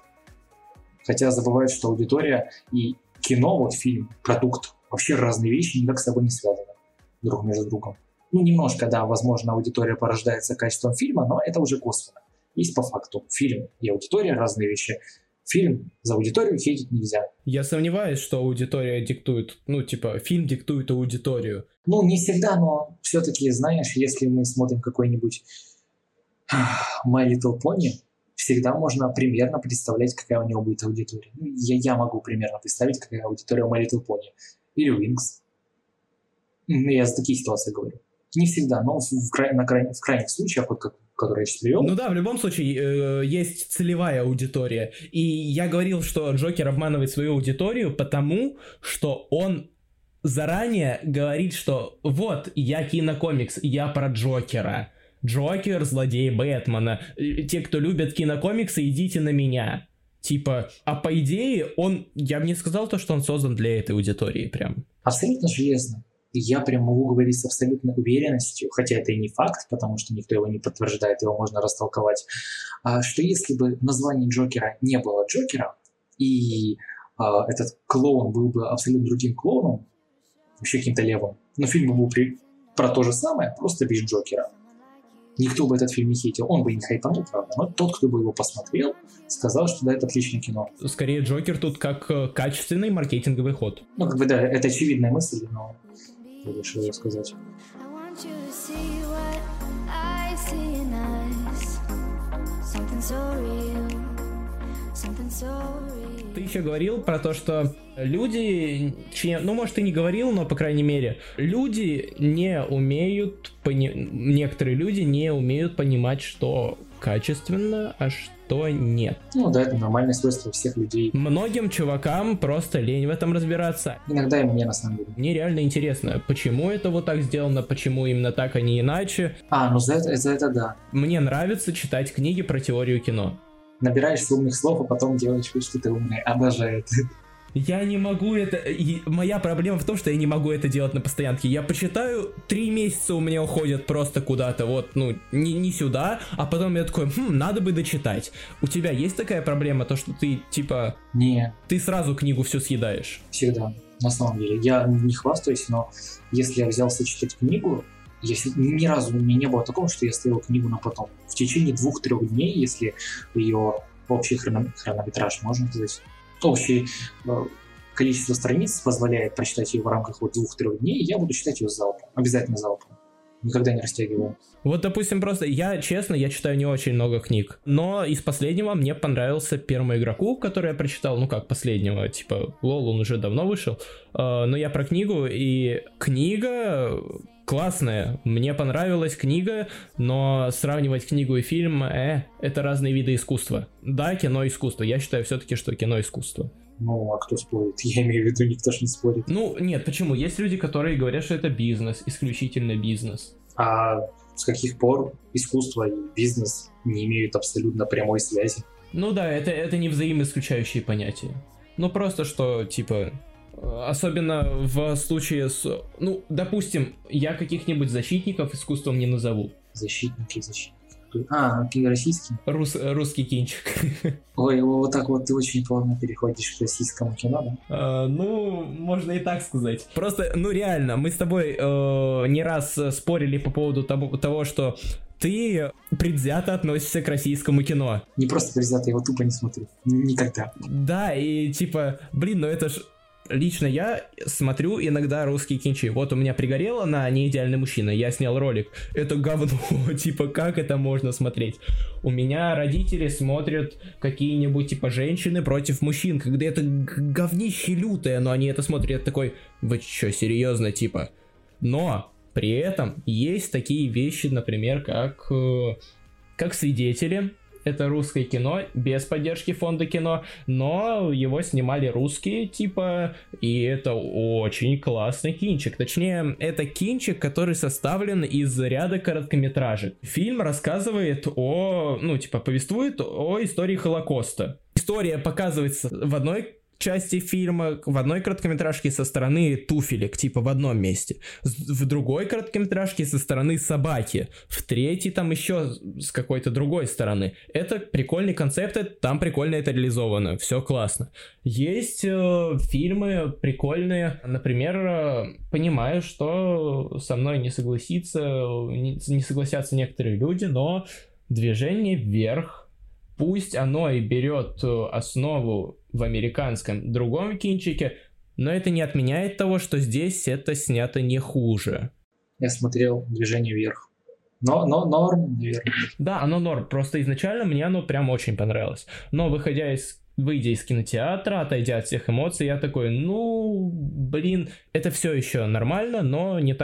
Хотя забывают, что аудитория и кино, вот фильм, продукт, вообще разные вещи никак с собой не связаны друг между другом. Ну, немножко, да, возможно, аудитория порождается качеством фильма, но это уже косвенно. Есть по факту. Фильм и аудитория — разные вещи. Фильм за аудиторию хейтить нельзя. Я сомневаюсь, что аудитория диктует, ну, типа, фильм диктует аудиторию. Ну, не всегда, но все-таки, знаешь, если мы смотрим какой-нибудь My Little Pony, всегда можно примерно представлять, какая у него будет аудитория. Ну, я, я могу примерно представить, какая аудитория у My Little Pony. Или Wings. Я за такие ситуации говорю. Не всегда, но в, в, край, на край, в крайних случаях, вот как, которые я сейчас привел. Ну да, в любом случае э, есть целевая аудитория. И я говорил, что Джокер обманывает свою аудиторию, потому что он заранее говорит, что вот, я кинокомикс, я про Джокера. Джокер, злодей Бэтмена. Те, кто любят кинокомиксы, идите на меня. Типа, а по идее, он, я бы не сказал то, что он создан для этой аудитории прям. Абсолютно железно. Я прям могу говорить с абсолютной уверенностью, хотя это и не факт, потому что никто его не подтверждает, его можно растолковать, что если бы в названии Джокера не было Джокера, и а, этот клоун был бы абсолютно другим клоуном, вообще каким-то левым, но фильм был при... про то же самое, просто без Джокера. Никто бы этот фильм не хейтил, он бы не хайпанул, правда, но тот, кто бы его посмотрел, сказал, что да, это отличное кино. Скорее, Джокер тут как качественный маркетинговый ход. Ну, как бы да, это очевидная мысль, но я решил ее сказать. Ты еще говорил про то, что люди, ну, может, ты не говорил, но, по крайней мере, люди не умеют, пони... некоторые люди не умеют понимать, что качественно, а что нет. Ну да, это нормальное свойство всех людей. Многим чувакам просто лень в этом разбираться. Иногда и мне, на самом деле. Мне реально интересно, почему это вот так сделано, почему именно так, а не иначе. А, ну за это, за это да. Мне нравится читать книги про теорию кино. Набираешься умных слов, а потом делаешь вид, что ты умный. Обожаю это. Я не могу это... И моя проблема в том, что я не могу это делать на постоянке. Я почитаю, три месяца у меня уходят просто куда-то, вот, ну, не, не сюда, а потом я такой, хм, надо бы дочитать. У тебя есть такая проблема, то, что ты, типа... Не. Ты сразу книгу всю съедаешь? Всегда, на самом деле. Я не хвастаюсь, но если я взялся читать книгу, если ни разу у меня не было такого, что я ставил книгу на потом. В течение двух-трех дней, если ее общий хрон... хронометраж, можно сказать, общее э, количество страниц позволяет прочитать ее в рамках вот двух-трех дней, я буду читать ее залпом. Обязательно залпом. Никогда не растягиваю. Вот, допустим, просто я, честно, я читаю не очень много книг, но из последнего мне понравился «Первому игроку», который я прочитал, ну как последнего, типа, лол, он уже давно вышел, э, но я про книгу, и книга классная, мне понравилась книга, но сравнивать книгу и фильм, э, это разные виды искусства. Да, кино искусство, я считаю все-таки, что кино искусство. Ну, а кто спорит? Я имею в виду, никто же не спорит. Ну, нет, почему? Есть люди, которые говорят, что это бизнес, исключительно бизнес. А с каких пор искусство и бизнес не имеют абсолютно прямой связи? Ну да, это, это не взаимоисключающие понятия. Ну просто что, типа, особенно в случае с... Ну, допустим, я каких-нибудь защитников искусством не назову. Защитники, защитники. А, российский? Рус, русский кинчик. Ой, вот так вот ты очень плавно переходишь к российскому кино, да? А, ну, можно и так сказать. Просто, ну реально, мы с тобой э, не раз спорили по поводу того, того, что ты предвзято относишься к российскому кино. Не просто предвзято, я его тупо не смотрю. Никогда. Да, и типа, блин, ну это ж... Лично я смотрю иногда русские кинчи. Вот у меня пригорело на «Неидеальный мужчина», я снял ролик. Это говно, типа, как это можно смотреть? У меня родители смотрят какие-нибудь, типа, женщины против мужчин, когда это говнище лютое, но они это смотрят, я такой, вы чё, серьезно, типа? Но при этом есть такие вещи, например, как, как «Свидетели». Это русское кино, без поддержки фонда кино, но его снимали русские, типа, и это очень классный кинчик. Точнее, это кинчик, который составлен из ряда короткометражек. Фильм рассказывает о, ну, типа, повествует о истории Холокоста. История показывается в одной части фильма, в одной короткометражке со стороны туфелек, типа в одном месте, в другой короткометражке со стороны собаки, в третьей там еще с какой-то другой стороны. Это прикольный концепт, там прикольно это реализовано, все классно. Есть э, фильмы прикольные, например, э, понимаю, что со мной не согласится, не, не согласятся некоторые люди, но «Движение вверх», пусть оно и берет основу в американском другом кинчике, но это не отменяет того, что здесь это снято не хуже. Я смотрел «Движение вверх». Но, но норм, наверное. Да, оно норм, просто изначально мне оно прям очень понравилось. Но выходя из, выйдя из кинотеатра, отойдя от всех эмоций, я такой, ну, блин, это все еще нормально, но не так, как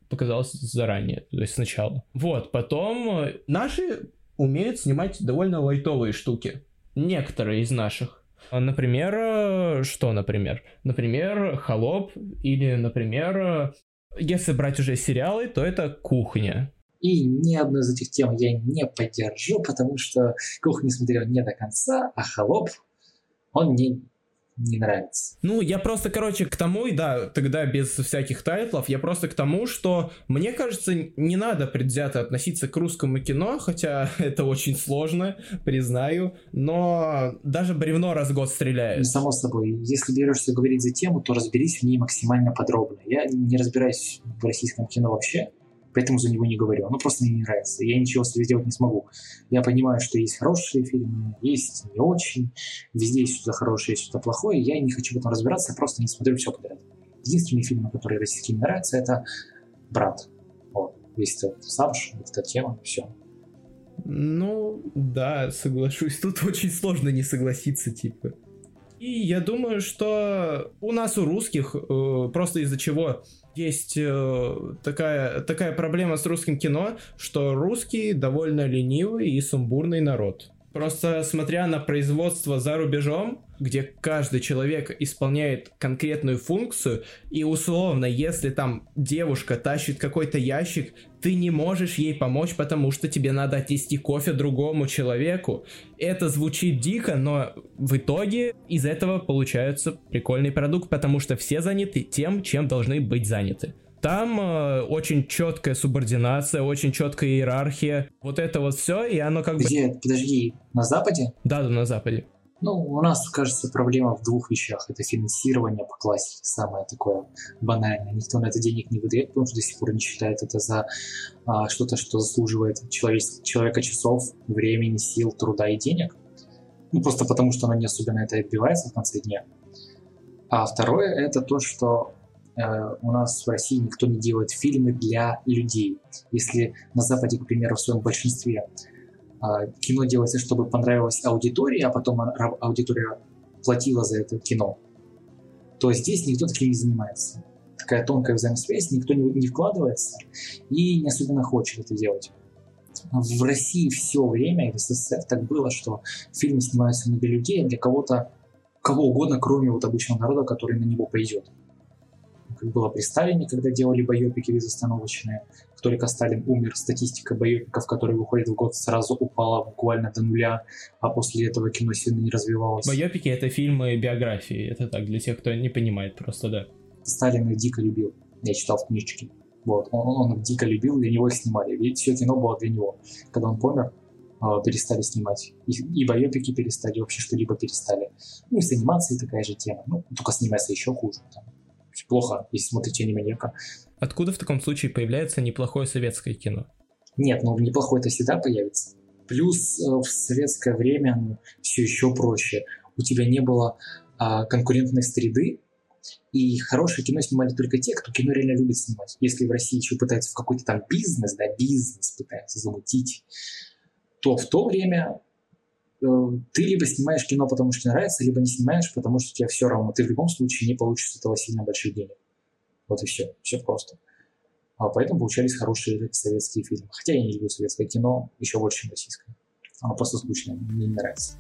показалось заранее, то есть сначала. Вот, потом наши умеют снимать довольно лайтовые штуки. Некоторые из наших. Например, что, например? Например, «Холоп» или, например, если брать уже сериалы, то это «Кухня». И ни одну из этих тем я не поддержу, потому что «Кухню» смотрел не до конца, а «Холоп» он мне не нравится. Ну, я просто, короче, к тому, и да, тогда без всяких тайтлов, я просто к тому, что, мне кажется, не надо предвзято относиться к русскому кино, хотя это очень сложно, признаю, но даже бревно раз в год стреляет. Само собой, если берешься говорить за тему, то разберись в ней максимально подробно. Я не разбираюсь в российском кино вообще, поэтому за него не говорю. Оно просто мне не нравится. Я ничего с этим сделать не смогу. Я понимаю, что есть хорошие фильмы, есть не очень. Везде есть что-то хорошее, есть что-то плохое. Я не хочу в этом разбираться, я просто не смотрю все подряд. Единственный фильм, который российский мне нравится, это «Брат». Вот. Весь этот Сабш, эта тема, все. Ну, да, соглашусь. Тут очень сложно не согласиться, типа. И я думаю, что у нас, у русских, э, просто из-за чего есть э, такая, такая проблема с русским кино, что русский довольно ленивый и сумбурный народ. Просто смотря на производство за рубежом, где каждый человек исполняет конкретную функцию, и условно, если там девушка тащит какой-то ящик, ты не можешь ей помочь, потому что тебе надо отнести кофе другому человеку. Это звучит дико, но в итоге из этого получается прикольный продукт, потому что все заняты тем, чем должны быть заняты. Там э, очень четкая субординация, очень четкая иерархия. Вот это вот все, и оно как бы... Где? Подожди, на Западе? Да, да, на Западе. Ну, у нас, кажется, проблема в двух вещах. Это финансирование по классике, самое такое банальное. Никто на это денег не выдает, потому что до сих пор не считает это за а, что-то, что заслуживает человек, человека часов, времени, сил, труда и денег. Ну, просто потому, что оно не особенно это отбивается в конце дня. А второе, это то, что у нас в России никто не делает фильмы для людей. Если на Западе, к примеру, в своем большинстве кино делается, чтобы понравилось аудитории, а потом аудитория платила за это кино, то здесь никто таким не занимается. Такая тонкая взаимосвязь, никто не, не вкладывается и не особенно хочет это делать. В России все время, и в СССР так было, что фильмы снимаются не для людей, а для кого-то, кого угодно, кроме вот обычного народа, который на него пойдет. Как было при Сталине, когда делали байопики безостановочные. Как только Сталин умер, статистика байопиков, которые выходят в год, сразу упала буквально до нуля, а после этого кино сильно не развивалось. Байопики — это фильмы биографии, это так, для тех, кто не понимает просто, да. Сталин их дико любил, я читал в книжечке. Вот. Он, он их дико любил, для него их снимали, ведь все кино было для него. Когда он помер, перестали снимать. И, и байопики перестали, и вообще что-либо перестали. Ну и с анимацией такая же тема. Ну, только снимается еще хуже. Там. Плохо, если смотрите аниме-нека. Откуда в таком случае появляется неплохое советское кино? Нет, ну неплохое-то всегда появится. Плюс э, в советское время ну, все еще проще. У тебя не было э, конкурентной среды, и хорошее кино снимали только те, кто кино реально любит снимать. Если в России еще пытаются в какой-то там бизнес, да, бизнес пытаются замутить, то в то время э, ты либо снимаешь кино, потому что тебе нравится, либо не снимаешь, потому что тебе все равно. Ты в любом случае не получишь с этого сильно больших денег. Вот и все. Все просто. А поэтому получались хорошие советские фильмы. Хотя я не люблю советское кино еще больше, чем российское. Оно просто скучное, мне не нравится.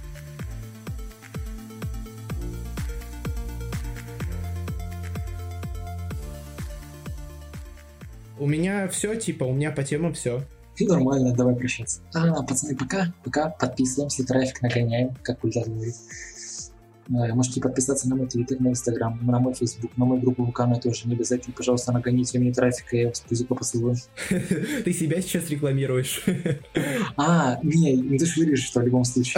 У меня все, типа, у меня по темам все. Нормально, давай прощаться. А, пацаны, пока, пока подписываемся, трафик нагоняем, как Ульдар говорит. Можете подписаться на мой твиттер, на инстаграм, на мой фейсбук, на мою группу ВК, но тоже не обязательно. Пожалуйста, нагоните мне трафика, я вас пузико поцелую. Ты себя сейчас рекламируешь. А, не, ты же вырежешь, что в любом случае.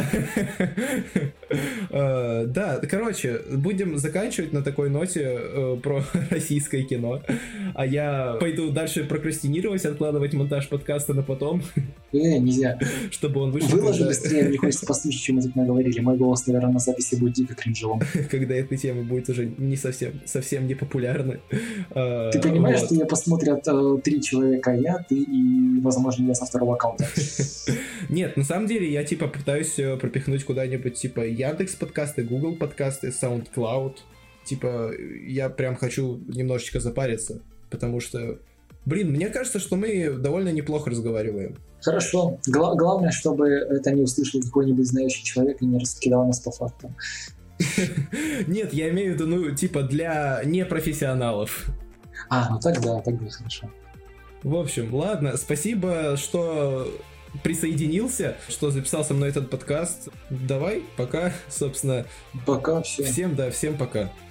Да, короче, будем заканчивать на такой ноте про российское кино. А я пойду дальше прокрастинировать, откладывать монтаж подкаста на потом. Э, нельзя. Чтобы он вышел. Выложи быстрее, мне хочется послушать, чем мы тут наговорили. Мой голос, наверное, на записи будет дико кринжевым. Когда эта тема будет уже не совсем, совсем не популярна. Ты понимаешь, вот. Что ее посмотрят э, три человека, я, ты и, возможно, я со второго аккаунта? Нет, на самом деле я типа пытаюсь пропихнуть куда-нибудь типа Яндекс подкасты, Google подкасты, SoundCloud. Типа я прям хочу немножечко запариться, потому что Блин, мне кажется, что мы довольно неплохо разговариваем. Хорошо. Гла- главное, чтобы это не услышал какой-нибудь знающий человек и не раскидал нас по фактам. Нет, я имею в виду, ну, типа, для непрофессионалов. А, ну тогда, тогда хорошо. В общем, ладно, спасибо, что присоединился, что записал со мной этот подкаст. Давай, пока, собственно. Пока все. Всем, да, всем пока.